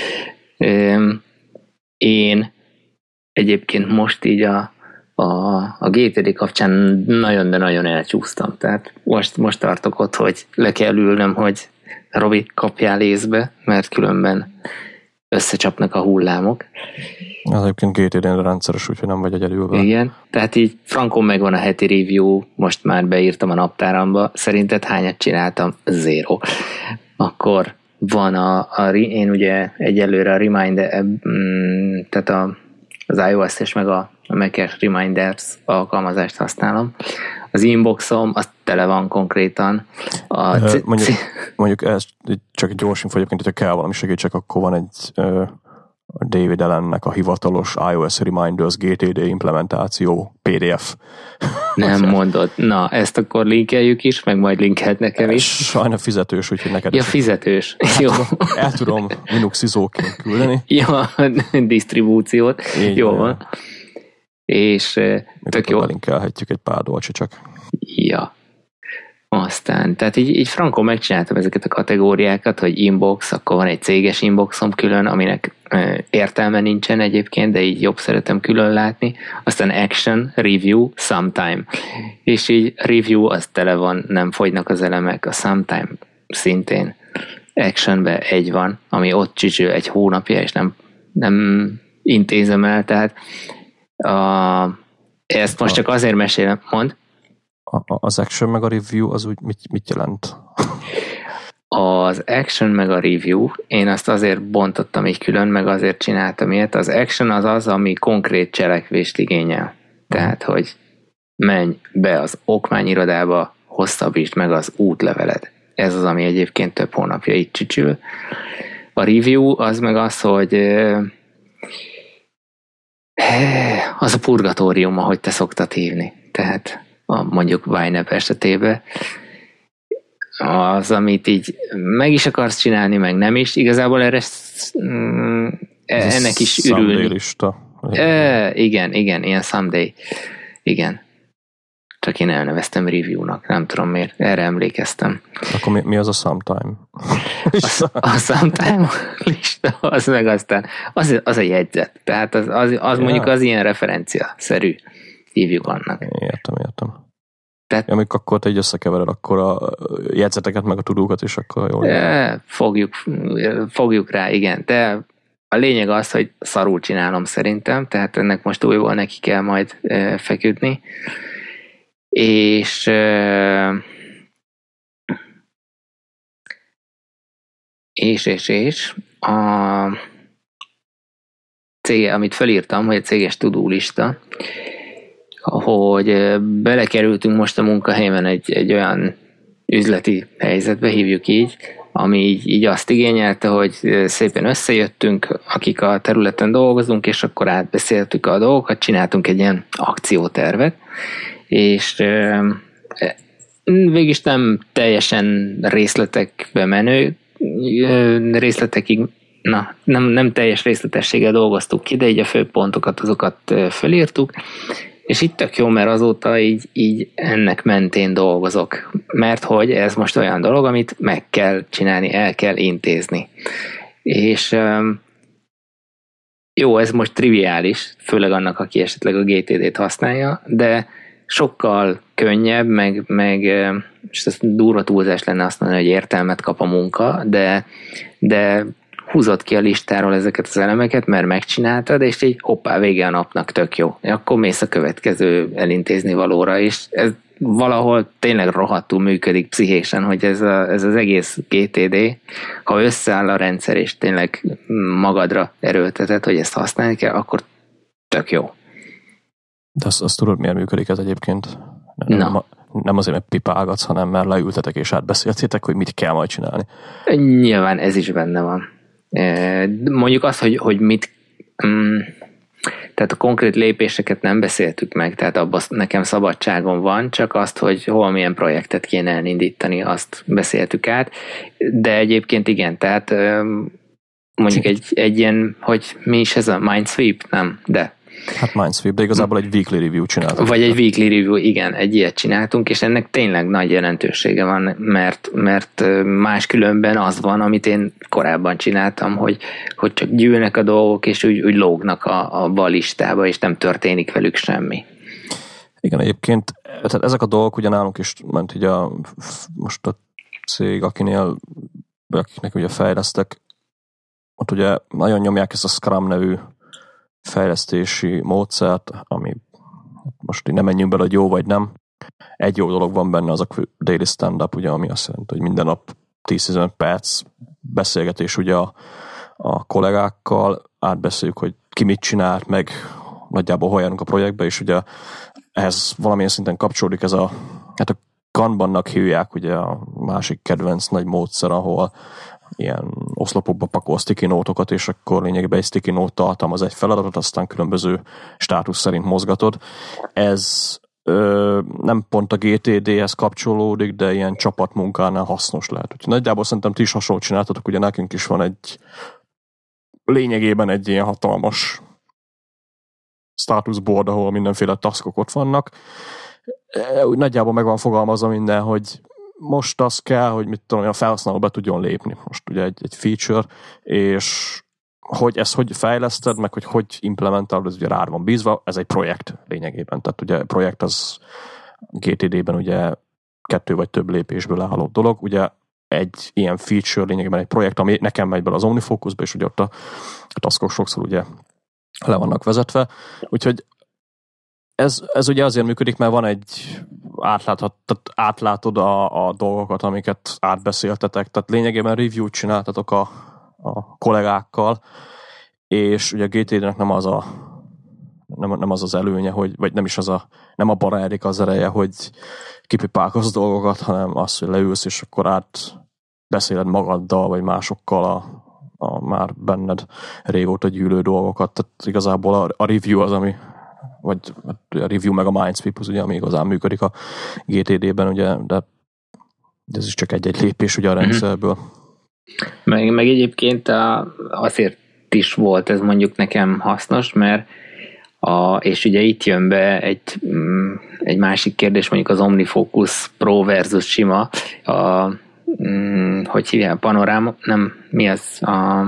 Én egyébként most így a, a, a gé té dé kapcsán nagyon, de nagyon elcsúsztam. Tehát most, most tartok ott, hogy le kell ülnöm, hogy Robi, kapjál észbe, mert különben összecsapnak a hullámok. Az egyébként gé té dén rendszeres, úgyhogy nem vagy egyedül vele. Igen, tehát így frankon megvan a heti review, most már beírtam a naptáramba. Szerinted hányat csináltam? Zero. Akkor van a, a én ugye egyelőre a Reminder, tehát a, az iOS és meg a, a Mac-es Reminders alkalmazást használom. Az inboxom, az tele van konkrétan. A c- mondjuk, mondjuk ez csak egy gyors info, egyébként, hogyha kell valami segítsek, akkor van egy uh, David Allennek a hivatalos iOS Reminders gé té dé implementáció pé dé ef. Nem mondod. Na, ezt akkor linkeljük is, meg majd linkelt nekem is. Sajna fizetős, úgyhogy neked ja, fizetős. El, Jó. Tudom, el tudom Linux izóként küldeni. Ja, disztribúciót. Így jó van. van. És még tök jó. Belinkelhetjük egy pár dolcsi csak. Ja. Aztán, tehát így, így frankon megcsináltam ezeket a kategóriákat, hogy inbox, akkor van egy céges inboxom külön, aminek ö, értelme nincsen egyébként, de így jobb szeretem külön látni. Aztán action, review, sometime. És így review az tele van, nem fogynak az elemek, a sometime szintén actionbe egy van, ami ott csücsül egy hónapja, és nem, nem intézem el, tehát a, ezt most csak azért mesélem, mond. A, az action meg a review az úgy mit, mit jelent? Az action meg a review, én azt azért bontottam így külön, meg azért csináltam ilyet. Az action az az, ami konkrét cselekvést igényel. Tehát, hogy menj be az okmányirodába, hosszabbítsd meg az útleveled. Ez az, ami egyébként több hónapja itt csücsül. A review az meg az, hogy az a purgatórium, ahogy te szoktad hívni. Tehát a, mondjuk YNAB esetében az, amit így meg is akarsz csinálni, meg nem is. Igazából erre mm, ennek is ürülni. Lista. E, igen, igen, ilyen someday. Igen. Csak én elneveztem review-nak, nem tudom miért. Erre emlékeztem. Akkor mi, mi az a sometime? A, a sometime lista, az meg aztán, az, az a jegyzet. Tehát az, az, az ja. mondjuk az ilyen referencia-szerű hívjuk annak. Értem, értem. Tehát, amikor akkor te így összekevered, akkor a jegyzeteket, meg a tudókat is, akkor jól. E, fogjuk, fogjuk rá, igen. De a lényeg az, hogy szarul csinálom szerintem, tehát ennek most újból neki kell majd e, feküdni. És e, és, és, és a cég, amit felírtam, hogy a céges tudólista, hogy belekerültünk most a munkahelyemen egy, egy olyan üzleti helyzetbe, hívjuk így, ami így, így azt igényelte, hogy szépen összejöttünk, akik a területen dolgozunk, és akkor átbeszéltük a dolgokat, csináltunk egy ilyen akciótervet, és e, végülis nem teljesen részletekbe menő, részletekig, na, nem, nem teljes részletességgel dolgoztuk ki, de így a fő pontokat, azokat felírtuk, és itt tök jó, mert azóta így, így ennek mentén dolgozok. Mert hogy ez most olyan dolog, amit meg kell csinálni, el kell intézni. És jó, ez most triviális, főleg annak, aki esetleg a gé té dét használja, de sokkal könnyebb, meg, meg és ez durva túlzás lenne azt mondani, hogy értelmet kap a munka, de, de húzott ki a listáról ezeket az elemeket, mert megcsináltad, és így hoppá, vége a napnak, tök jó. Akkor mész a következő elintézni valóra, és ez valahol tényleg rohadtul működik pszichésen, hogy ez, a, ez az egész gé té dé, ha összeáll a rendszer, és tényleg magadra erőlteted, hogy ezt használni kell, akkor tök jó. De azt, azt tudod, miért működik ez egyébként? Na. Nem, nem azért, mert pipálgatsz, hanem mert leültetek és átbeszéltétek, hogy mit kell majd csinálni. Nyilván ez is benne van. Mondjuk azt, hogy, hogy mit um, tehát a konkrét lépéseket nem beszéltük meg, tehát abban nekem szabadságom van, csak azt, hogy hol milyen projektet kéne elindítani, azt beszéltük át, de egyébként igen, tehát mondjuk egy, egy ilyen, hogy mi is ez a Mindsweep? Nem, de Hát Mindsweep, de igazából egy weekly review csináltunk. Vagy egy weekly review, igen, egy ilyet csináltunk, és ennek tényleg nagy jelentősége van, mert, mert máskülönben az van, amit én korábban csináltam, hogy, hogy csak gyűlnek a dolgok, és úgy, úgy lógnak a, a bal listába, és nem történik velük semmi. Igen, egyébként, tehát ezek a dolgok ugye nálunk is ment így a, most a cég, akinél, akiknek ugye fejlesztek, ott ugye nagyon nyomják ezt a Scrum nevű fejlesztési módszert, ami most így nem menjünk bele, hogy jó vagy nem. Egy jó dolog van benne, az a daily stand-up, ugye, ami azt jelenti, hogy minden nap tíz-tizenöt perc beszélgetés ugye a, a kollégákkal, átbeszéljük, hogy ki mit csinált, meg nagyjából hol járunk a projektbe, és ugye ehhez valamilyen szinten kapcsolódik ez a, hát a Kanbannak hívják, ugye a másik kedvenc nagy módszer, ahol ilyen oszlopokba pakol sticky note-okat, és akkor lényegében egy sticky note tartalmaz egy feladatot, aztán különböző státusz szerint mozgatod. Ez ö, nem pont a gé té dé-hez kapcsolódik, de ilyen csapatmunkánál hasznos lehet. Úgyhogy nagyjából szerintem ti is hasonlót csináltatok, ugye nekünk is van egy lényegében egy ilyen hatalmas status board, ahol mindenféle taskok ott vannak. Úgy nagyjából meg van fogalmazva minden, hogy most az kell, hogy mit tudom, a felhasználó be tudjon lépni. Most ugye egy, egy feature, és hogy ezt hogy fejleszted, meg hogy hogy implementálod, ez ugye rád van bízva, ez egy projekt lényegében. Tehát ugye projekt az gé té dé-ben ugye kettő vagy több lépésből álló dolog. Ugye egy ilyen feature lényegében egy projekt, ami nekem megy bele az OmniFocusba, és ugye ott a, a taskok sokszor ugye le vannak vezetve. Úgyhogy Ez, ez ugye azért működik, mert van egy átláthat, tehát átlátod a, a dolgokat, amiket átbeszéltetek, tehát lényegében review-t csináltatok a, a kollégákkal, és ugye a gé té dé-nek nem az a nem, nem az az előnye, hogy, vagy nem is az a, nem abban rejlik az ereje, hogy kipipálkozz dolgokat, hanem az, hogy leülsz, és akkor átbeszéled magaddal, vagy másokkal a, a már benned régóta gyűlő dolgokat, tehát igazából a, a review az, ami vagy a review meg a Mindsweep az ugye, ami igazán működik a gé té dé-ben, ugye, de ez is csak egy-egy lépés ugye a rendszerből. Meg, meg egyébként a, azért is volt ez mondjuk nekem hasznos, mert a, és ugye itt jön be egy, egy másik kérdés, mondjuk az OmniFocus Pro versus sima, a, hogy hívják, panoráma, nem, mi az a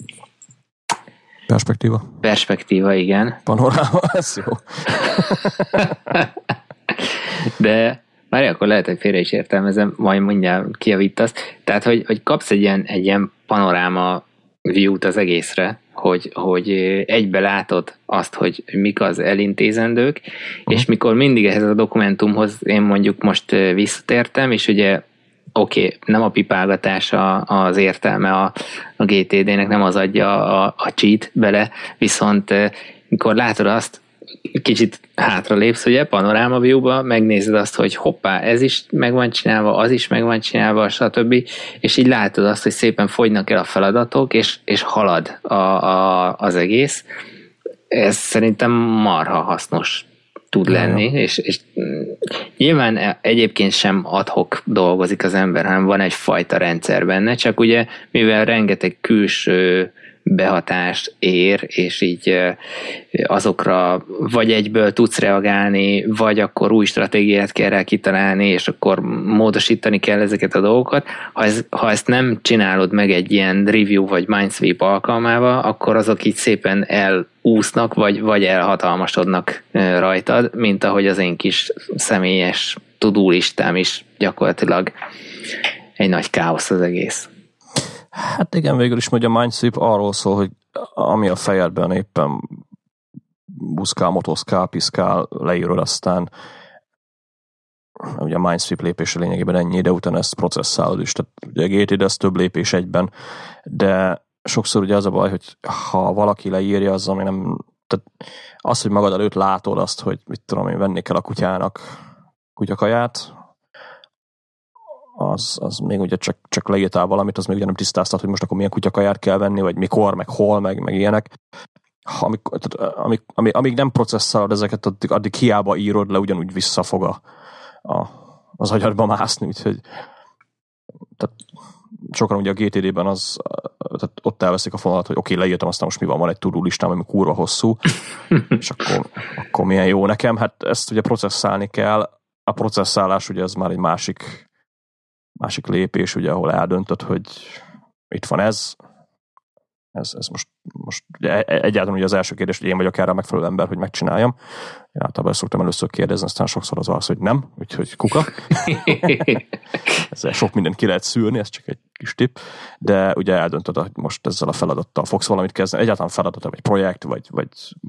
Perspektíva. Perspektíva, igen. Panoráma, ez jó. De Várj, akkor lehet, hogy félre is értelmezem, majd mindjárt kijavítasz. Tehát, hogy, hogy kapsz egy ilyen, egy ilyen panoráma view-t az egészre, hogy, hogy egybe látod azt, hogy mik az elintézendők, uh-huh. és mikor mindig ehhez a dokumentumhoz én mondjuk most visszatértem, és ugye oké, okay, nem a pipálgatás az értelme a, a gé té dé-nek, nem az adja a, a cheat bele, viszont mikor látod azt, kicsit hátra lépsz, ugye, panoráma view-ba, megnézed azt, hogy hoppá, ez is meg van csinálva, az is meg van csinálva, stb. És így látod azt, hogy szépen fogynak el a feladatok, és, és halad a, a, az egész. Ez szerintem marha hasznos tud lenni, és, és nyilván egyébként sem ad-hoc dolgozik az ember, hanem van egyfajta rendszer benne, csak ugye, mivel rengeteg külső behatást ér, és így azokra vagy egyből tudsz reagálni, vagy akkor új stratégiát kell rá kitalálni, és akkor módosítani kell ezeket a dolgokat. Ha, ez, ha ezt nem csinálod meg egy ilyen review vagy mindsweep alkalmával, akkor azok így szépen elúsznak, vagy, vagy elhatalmasodnak rajtad, mint ahogy az én kis személyes to-do listám is gyakorlatilag egy nagy káosz az egész. Hát igen, végül is mondja, a Mindsweep arról szól, hogy ami a fejedben éppen buszkál, motoszkál, piszkál, leírod, aztán ugye a Mindsweep lépése lényegében ennyi, de utána ezt processzálod is. Tehát ugye a gé té dé ez több lépés egyben, de sokszor ugye az a baj, hogy ha valaki leírja, az, ami nem... Tehát az, hogy magad előtt látod azt, hogy mit tudom én, venni kell a kutyának kutyakaját, Az, az még ugye csak, csak leírtál valamit, az még ugye nem tisztáztad, hogy most akkor milyen kutyakaját kell venni, vagy mikor, meg hol, meg, meg ilyenek. Amíg, amíg, amíg, amíg nem processzálod ezeket, addig, addig hiába írod le, ugyanúgy vissza fog a, a, az agyadba mászni, úgyhogy tehát sokan ugye a gé té dé-ben az, tehát ott elveszik a fonalat, hogy oké, okay, leírtam, aztán most mi van, van egy to-do listám, ami kurva hosszú, és akkor, akkor milyen jó nekem. Hát ezt ugye processzálni kell. A processzálás ugye ez már egy másik másik lépés, ugye, ahol eldöntöd, hogy itt van ez, ez, ez most, most ugye egyáltalán ugye az első kérdés, hogy én vagyok erre a megfelelő ember, hogy megcsináljam. Én általában ezt szoktam először kérdezni, aztán sokszor az az, hogy nem, úgyhogy kuka. Ezzel sok mindent ki lehet szűrni, ez csak egy kis tipp, de ugye eldöntöd, hogy most ezzel a feladattal fogsz valamit kezdeni, egyáltalán feladat, vagy projekt, vagy, vagy,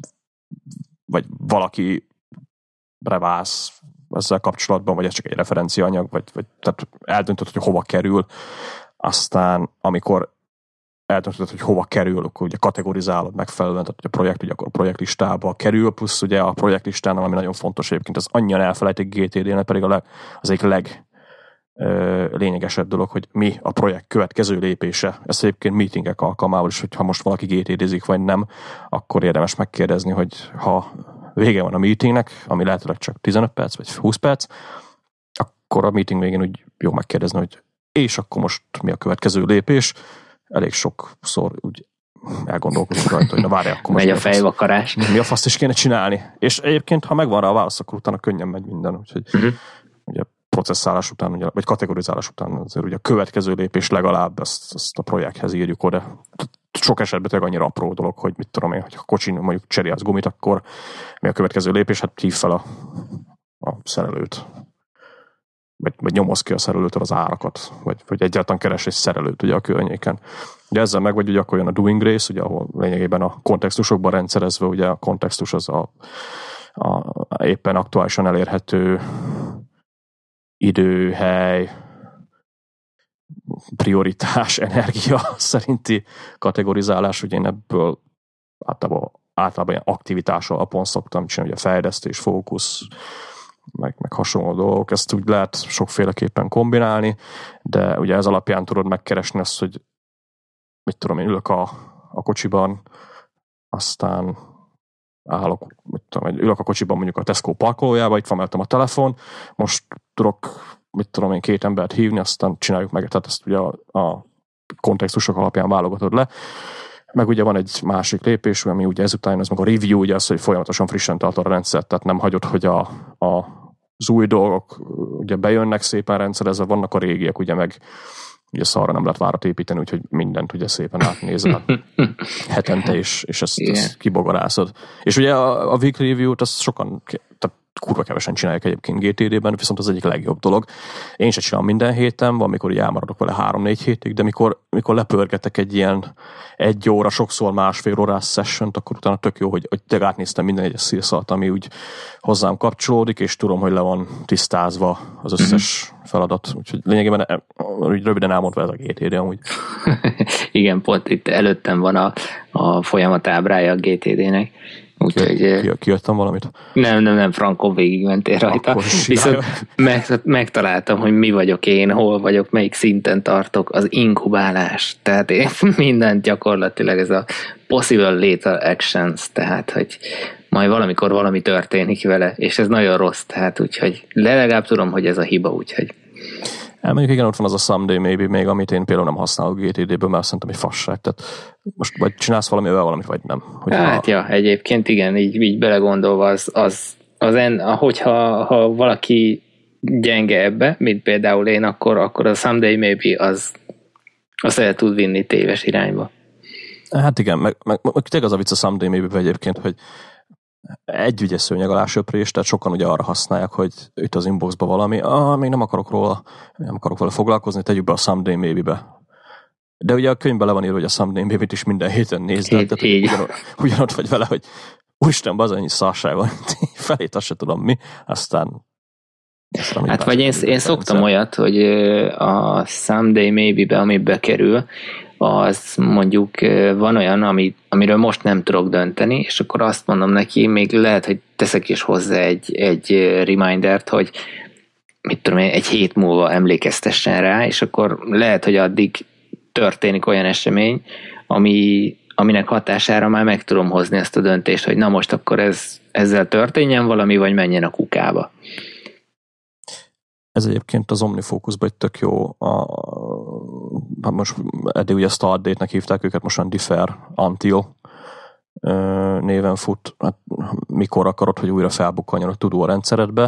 vagy valaki reválsz ezzel kapcsolatban, vagy ez csak egy referenciaanyag, vagy, vagy tehát eldöntöd, hogy hova kerül, aztán amikor eldöntöd, hogy hova kerül, akkor ugye kategorizálod megfelelően, tehát hogy a projekt ugye akkor a projektlistába kerül, plusz ugye a projektlistánál, ami nagyon fontos egyébként, az annyian elfelejtik gé té dé-nek, pedig a leg, az egyik leg ö, lényegesebb dolog, hogy mi a projekt következő lépése. Ezt egyébként meetingek alkalmával is, hogy ha most valaki gé té dé-zik, vagy nem, akkor érdemes megkérdezni, hogy ha vége van a meetingnek, ami lehetőleg csak tizenöt perc, vagy húsz perc, akkor a meeting végén úgy jó megkérdezni, hogy és akkor most mi a következő lépés. Elég sokszor úgy elgondolkozunk rajta, hogy na várj, akkor most megy a fejvakarás. Mi a faszt is kéne csinálni. És egyébként, ha megvan rá a válasz, akkor utána könnyen megy minden. Úgyhogy uh-huh. ugye processzálás után, ugye, vagy kategorizálás után azért ugye a következő lépés legalább ezt, ezt a projekthez írjuk oda. Sok esetben tényleg annyira apró dolog, hogy mit tudom én, hogy a kocsin mondjuk cserélsz gumit, akkor mi a következő lépés? Hát hív fel a, a szerelőt. Vagy, vagy nyomoz ki a szerelőtől az árakat, vagy, vagy egyáltalán keres egy szerelőt ugye a környéken. Ugye ezzel meg vagy, ugye akkor jön a doing rész, ugye, ahol lényegében a kontextusokban rendszerezve, ugye a kontextus az a, a éppen aktuálisan elérhető idő, hely, prioritás, energia szerinti kategorizálás, ugye én ebből általában, általában ilyen aktivitás alapon szoktam csinálni, ugye fejlesztés, fókusz, meg, meg hasonló dolgok, ezt úgy lehet sokféleképpen kombinálni, de ugye ez alapján tudod megkeresni azt, hogy mit tudom én, ülök a, a kocsiban, aztán állok, mit tudom, ülök a kocsiban mondjuk a Tesco parkolójába, itt van mellettem a telefon, most tudok, mit tudom én, két embert hívni, aztán csináljuk meg, tehát ezt ugye a, a kontextusok alapján válogatod le. Meg ugye van egy másik lépés, ami ugye ezután, az meg a review, ugye az, hogy folyamatosan frissen tartod a rendszert, tehát nem hagyod, hogy a, a, az új dolgok ugye bejönnek szépen rendszerezve, vannak a régiek, ugye meg ugye szarra nem lehet várat építeni, úgyhogy mindent ugye szépen átnézel hetente, és, és ezt, ezt kibogarászod. És ugye a, a weekly review-t azt sokan, tehát kurva kevesen csinálják egyébként gé té dében, viszont az egyik legjobb dolog. Én sem csinálom minden héten, van, mikor így elmaradok vele három-négy hétig, de mikor, mikor lepörgetek egy ilyen egy óra, sokszor másfél órás sessiont, akkor utána tök jó, hogy, hogy átnéztem minden egyes szírszalt, ami úgy hozzám kapcsolódik, és tudom, hogy le van tisztázva az összes mm-hmm. feladat. Úgyhogy lényegében úgy röviden elmondva ez a gé té dé amúgy. Igen, pont itt előttem van a, a folyamat ábrája a gé té dének. Úgyhogy, ki, kijöttem valamit? Nem, nem, nem, Frankon végigmentél rajta. Viszont meg, megtaláltam, hogy mi vagyok én, hol vagyok, melyik szinten tartok, az inkubálás. Tehát én mindent gyakorlatilag, ez a possible lethal actions, tehát, hogy majd valamikor valami történik vele, és ez nagyon rossz, tehát úgyhogy legalább tudom, hogy ez a hiba, úgyhogy Mondjuk igen, ott van az a Someday Maybe még, amit én például nem használok gé té déből, mert szerintem egy fasság. Tehát most vagy csinálsz valamivel valamit, vagy nem. Hogyha... Hát ja, egyébként igen, így, így belegondolva az, az, az en, hogyha ha valaki gyenge ebbe, mint például én, akkor, akkor a Someday Maybe az, az el tud vinni téves irányba. Hát igen, meg, meg, meg tényleg az a vicc a Someday Maybe egyébként, hogy egy ügyes szőnyeg alá söprés, tehát sokan ugye arra használják, hogy itt az inboxba valami, ah, még nem akarok róla, nem akarok vele foglalkozni, tegyük be a Someday Maybe-be. De ugye a könyvben le van írva, hogy a Someday Maybe-t is minden héten nézd, tehát ugyanott, ugyanott vagy vele, hogy úristen, az annyi szarság van, felét azt se tudom mi, aztán aztán hát vagy én, én szoktam olyat, hogy a Someday Maybe-be, ami bekerül, az mondjuk van olyan, ami, amiről most nem tudok dönteni, és akkor azt mondom neki, még lehet, hogy teszek is hozzá egy, egy remindert, hogy mit tudom én, egy hét múlva emlékeztessen rá, és akkor lehet, hogy addig történik olyan esemény, ami, aminek hatására már meg tudom hozni ezt a döntést, hogy na most akkor ez, ezzel történjen valami, vagy menjen a kukába. Ez egyébként az OmniFocusban egy tök jó, a, hát most eddig ugye Start Date-nek hívták őket, most olyan Defer Until néven fut, hát mikor akarod, hogy újra felbukkanjon a tudó a rendszeredbe.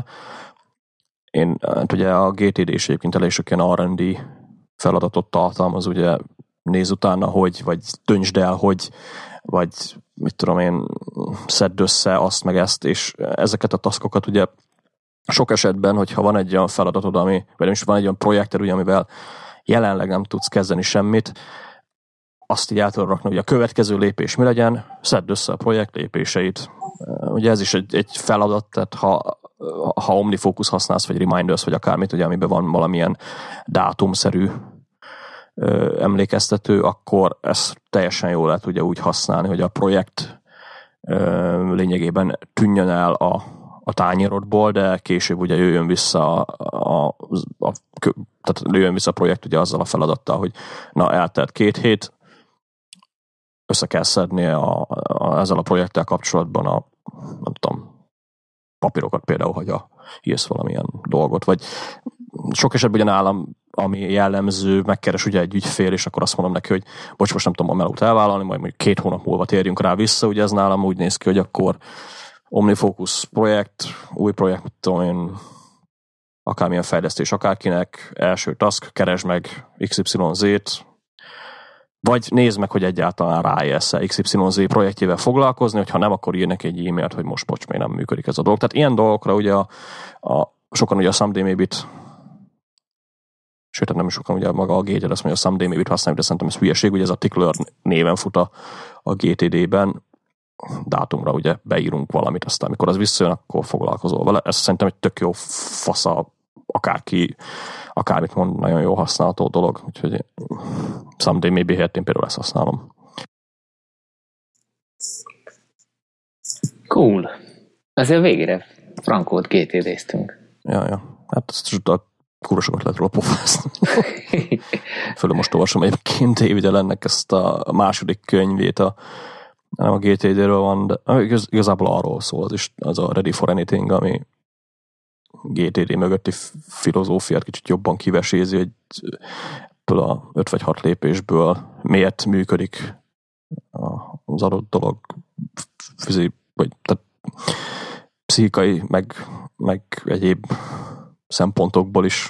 Én, hát ugye a gé té dé is egyébként elég sok ilyen er and dé feladatot tartalmaz, ugye nézz utána, hogy, vagy döntsd el, hogy, vagy mit tudom én, szedd össze azt meg ezt, és ezeket a taskokat ugye sok esetben, hogyha van egy olyan feladatod, ami, vagy nem is van egy olyan projekted, ugye, amivel jelenleg nem tudsz kezdeni semmit, azt így el tudod rakni, hogy a következő lépés mi legyen, szedd össze a projekt lépéseit. Ugye ez is egy, egy feladat, tehát ha, ha OmniFocus használsz, vagy Reminders, vagy akármit, ugye, amiben van valamilyen dátumszerű ö, emlékeztető, akkor ezt teljesen jól lehet ugye úgy használni, hogy a projekt ö, lényegében tűnjön el a a tányérodból, de később ugye jöjjön vissza a, a, a, tehát jöjjön vissza a projekt ugye azzal a feladattal, hogy na eltelt két hét, össze kell szedni a, a, ezzel a projekttel kapcsolatban a, nem tudom, papírokat például, hogy a, írsz valamilyen dolgot, vagy sok esetben ugye nálam, ami jellemző, megkeres ugye egy ügyfél, és akkor azt mondom neki, hogy bocs, most nem tudom a melót elvállalni, majd mondjuk két hónap múlva térjünk rá vissza, ugye ez nálam úgy néz ki, hogy akkor OmniFocus projekt, új projekt, mit tudom én, akármilyen fejlesztés akárkinek, első task, keresd meg iksz ipszilon zét, vagy nézd meg, hogy egyáltalán ráérsz-e iksz ipszilon zé projektjével foglalkozni, hogyha nem, akkor ír neki egy e-mailt, hogy most bocs, még nem működik ez a dolog. Tehát ilyen dolgokra ugye a, a sokan ugye a Someday Maybe-t, sőt, nem is sokan ugye maga a gé té dé azt mondja, a Someday Maybe-t használjuk, de szerintem ez hülyeség, ugye ez a Tickler néven fut a, a gé té dében, dátumra ugye beírunk valamit, aztán amikor az visszajön, akkor foglalkozol vele. Ez szerintem egy tök jó fasza, akárki, akármit mond, nagyon jó használható dolog, úgyhogy Someday Maybe helyett én például ezt használom. Cool. Azért végére Frankót gé té dé-ztünk. Ja, ja. Hát ezt a kurva lehet róla pofászni. Főleg most olvasom egyébként David Allennek ezt a második könyvét, a nem a gé té dé-ről van, de igaz, igazából arról szól, az is az a Ready for Anything, ami gé té dé mögötti filozófiát kicsit jobban kivesézi, hogy ebből a öt vagy hat lépésből miért működik az adott dolog fizi, vagy tehát pszichikai, meg, meg egyéb szempontokból is.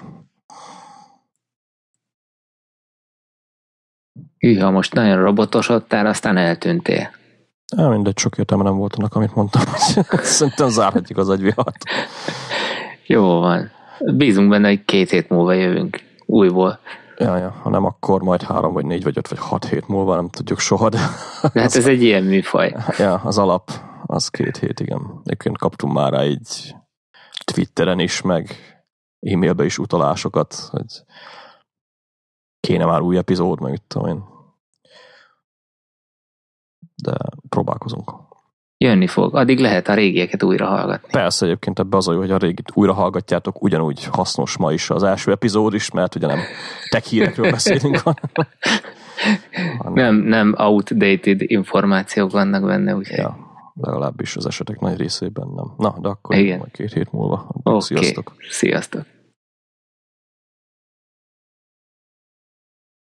Hűha, most nagyon robotosodtál, aztán eltűntél. Ja, mindegy, sok értelme nem volt annak, amit mondtam. Szerintem zárhatjuk az agyvihart. Jó van. Bízunk benne, hogy két hét múlva jövünk újból. Ja, ja, ha nem, akkor majd három, vagy négy, vagy öt, vagy hat hét múlva, nem tudjuk soha, de... de hát ez egy ilyen műfaj. Ja, az alap, az két hét, igen. Egyébként kaptunk már rá így Twitteren is, meg e-mailbe is utalásokat, hogy kéne már új epizód, meg itt tudom én. De próbálkozunk. Jönni fog. Addig lehet a régieket újra hallgatni. Persze, egyébként ebbe az a jó, hogy a régit újra hallgatjátok, ugyanúgy hasznos ma is az első epizód is, mert ugye nem tech hírekről beszélünk. nem, nem outdated információk vannak benne, úgyhogy... Ja, legalábbis az esetek nagy részében nem. Na, de akkor igen. majd két hét múlva. Oké, Sziasztok! Sziasztok!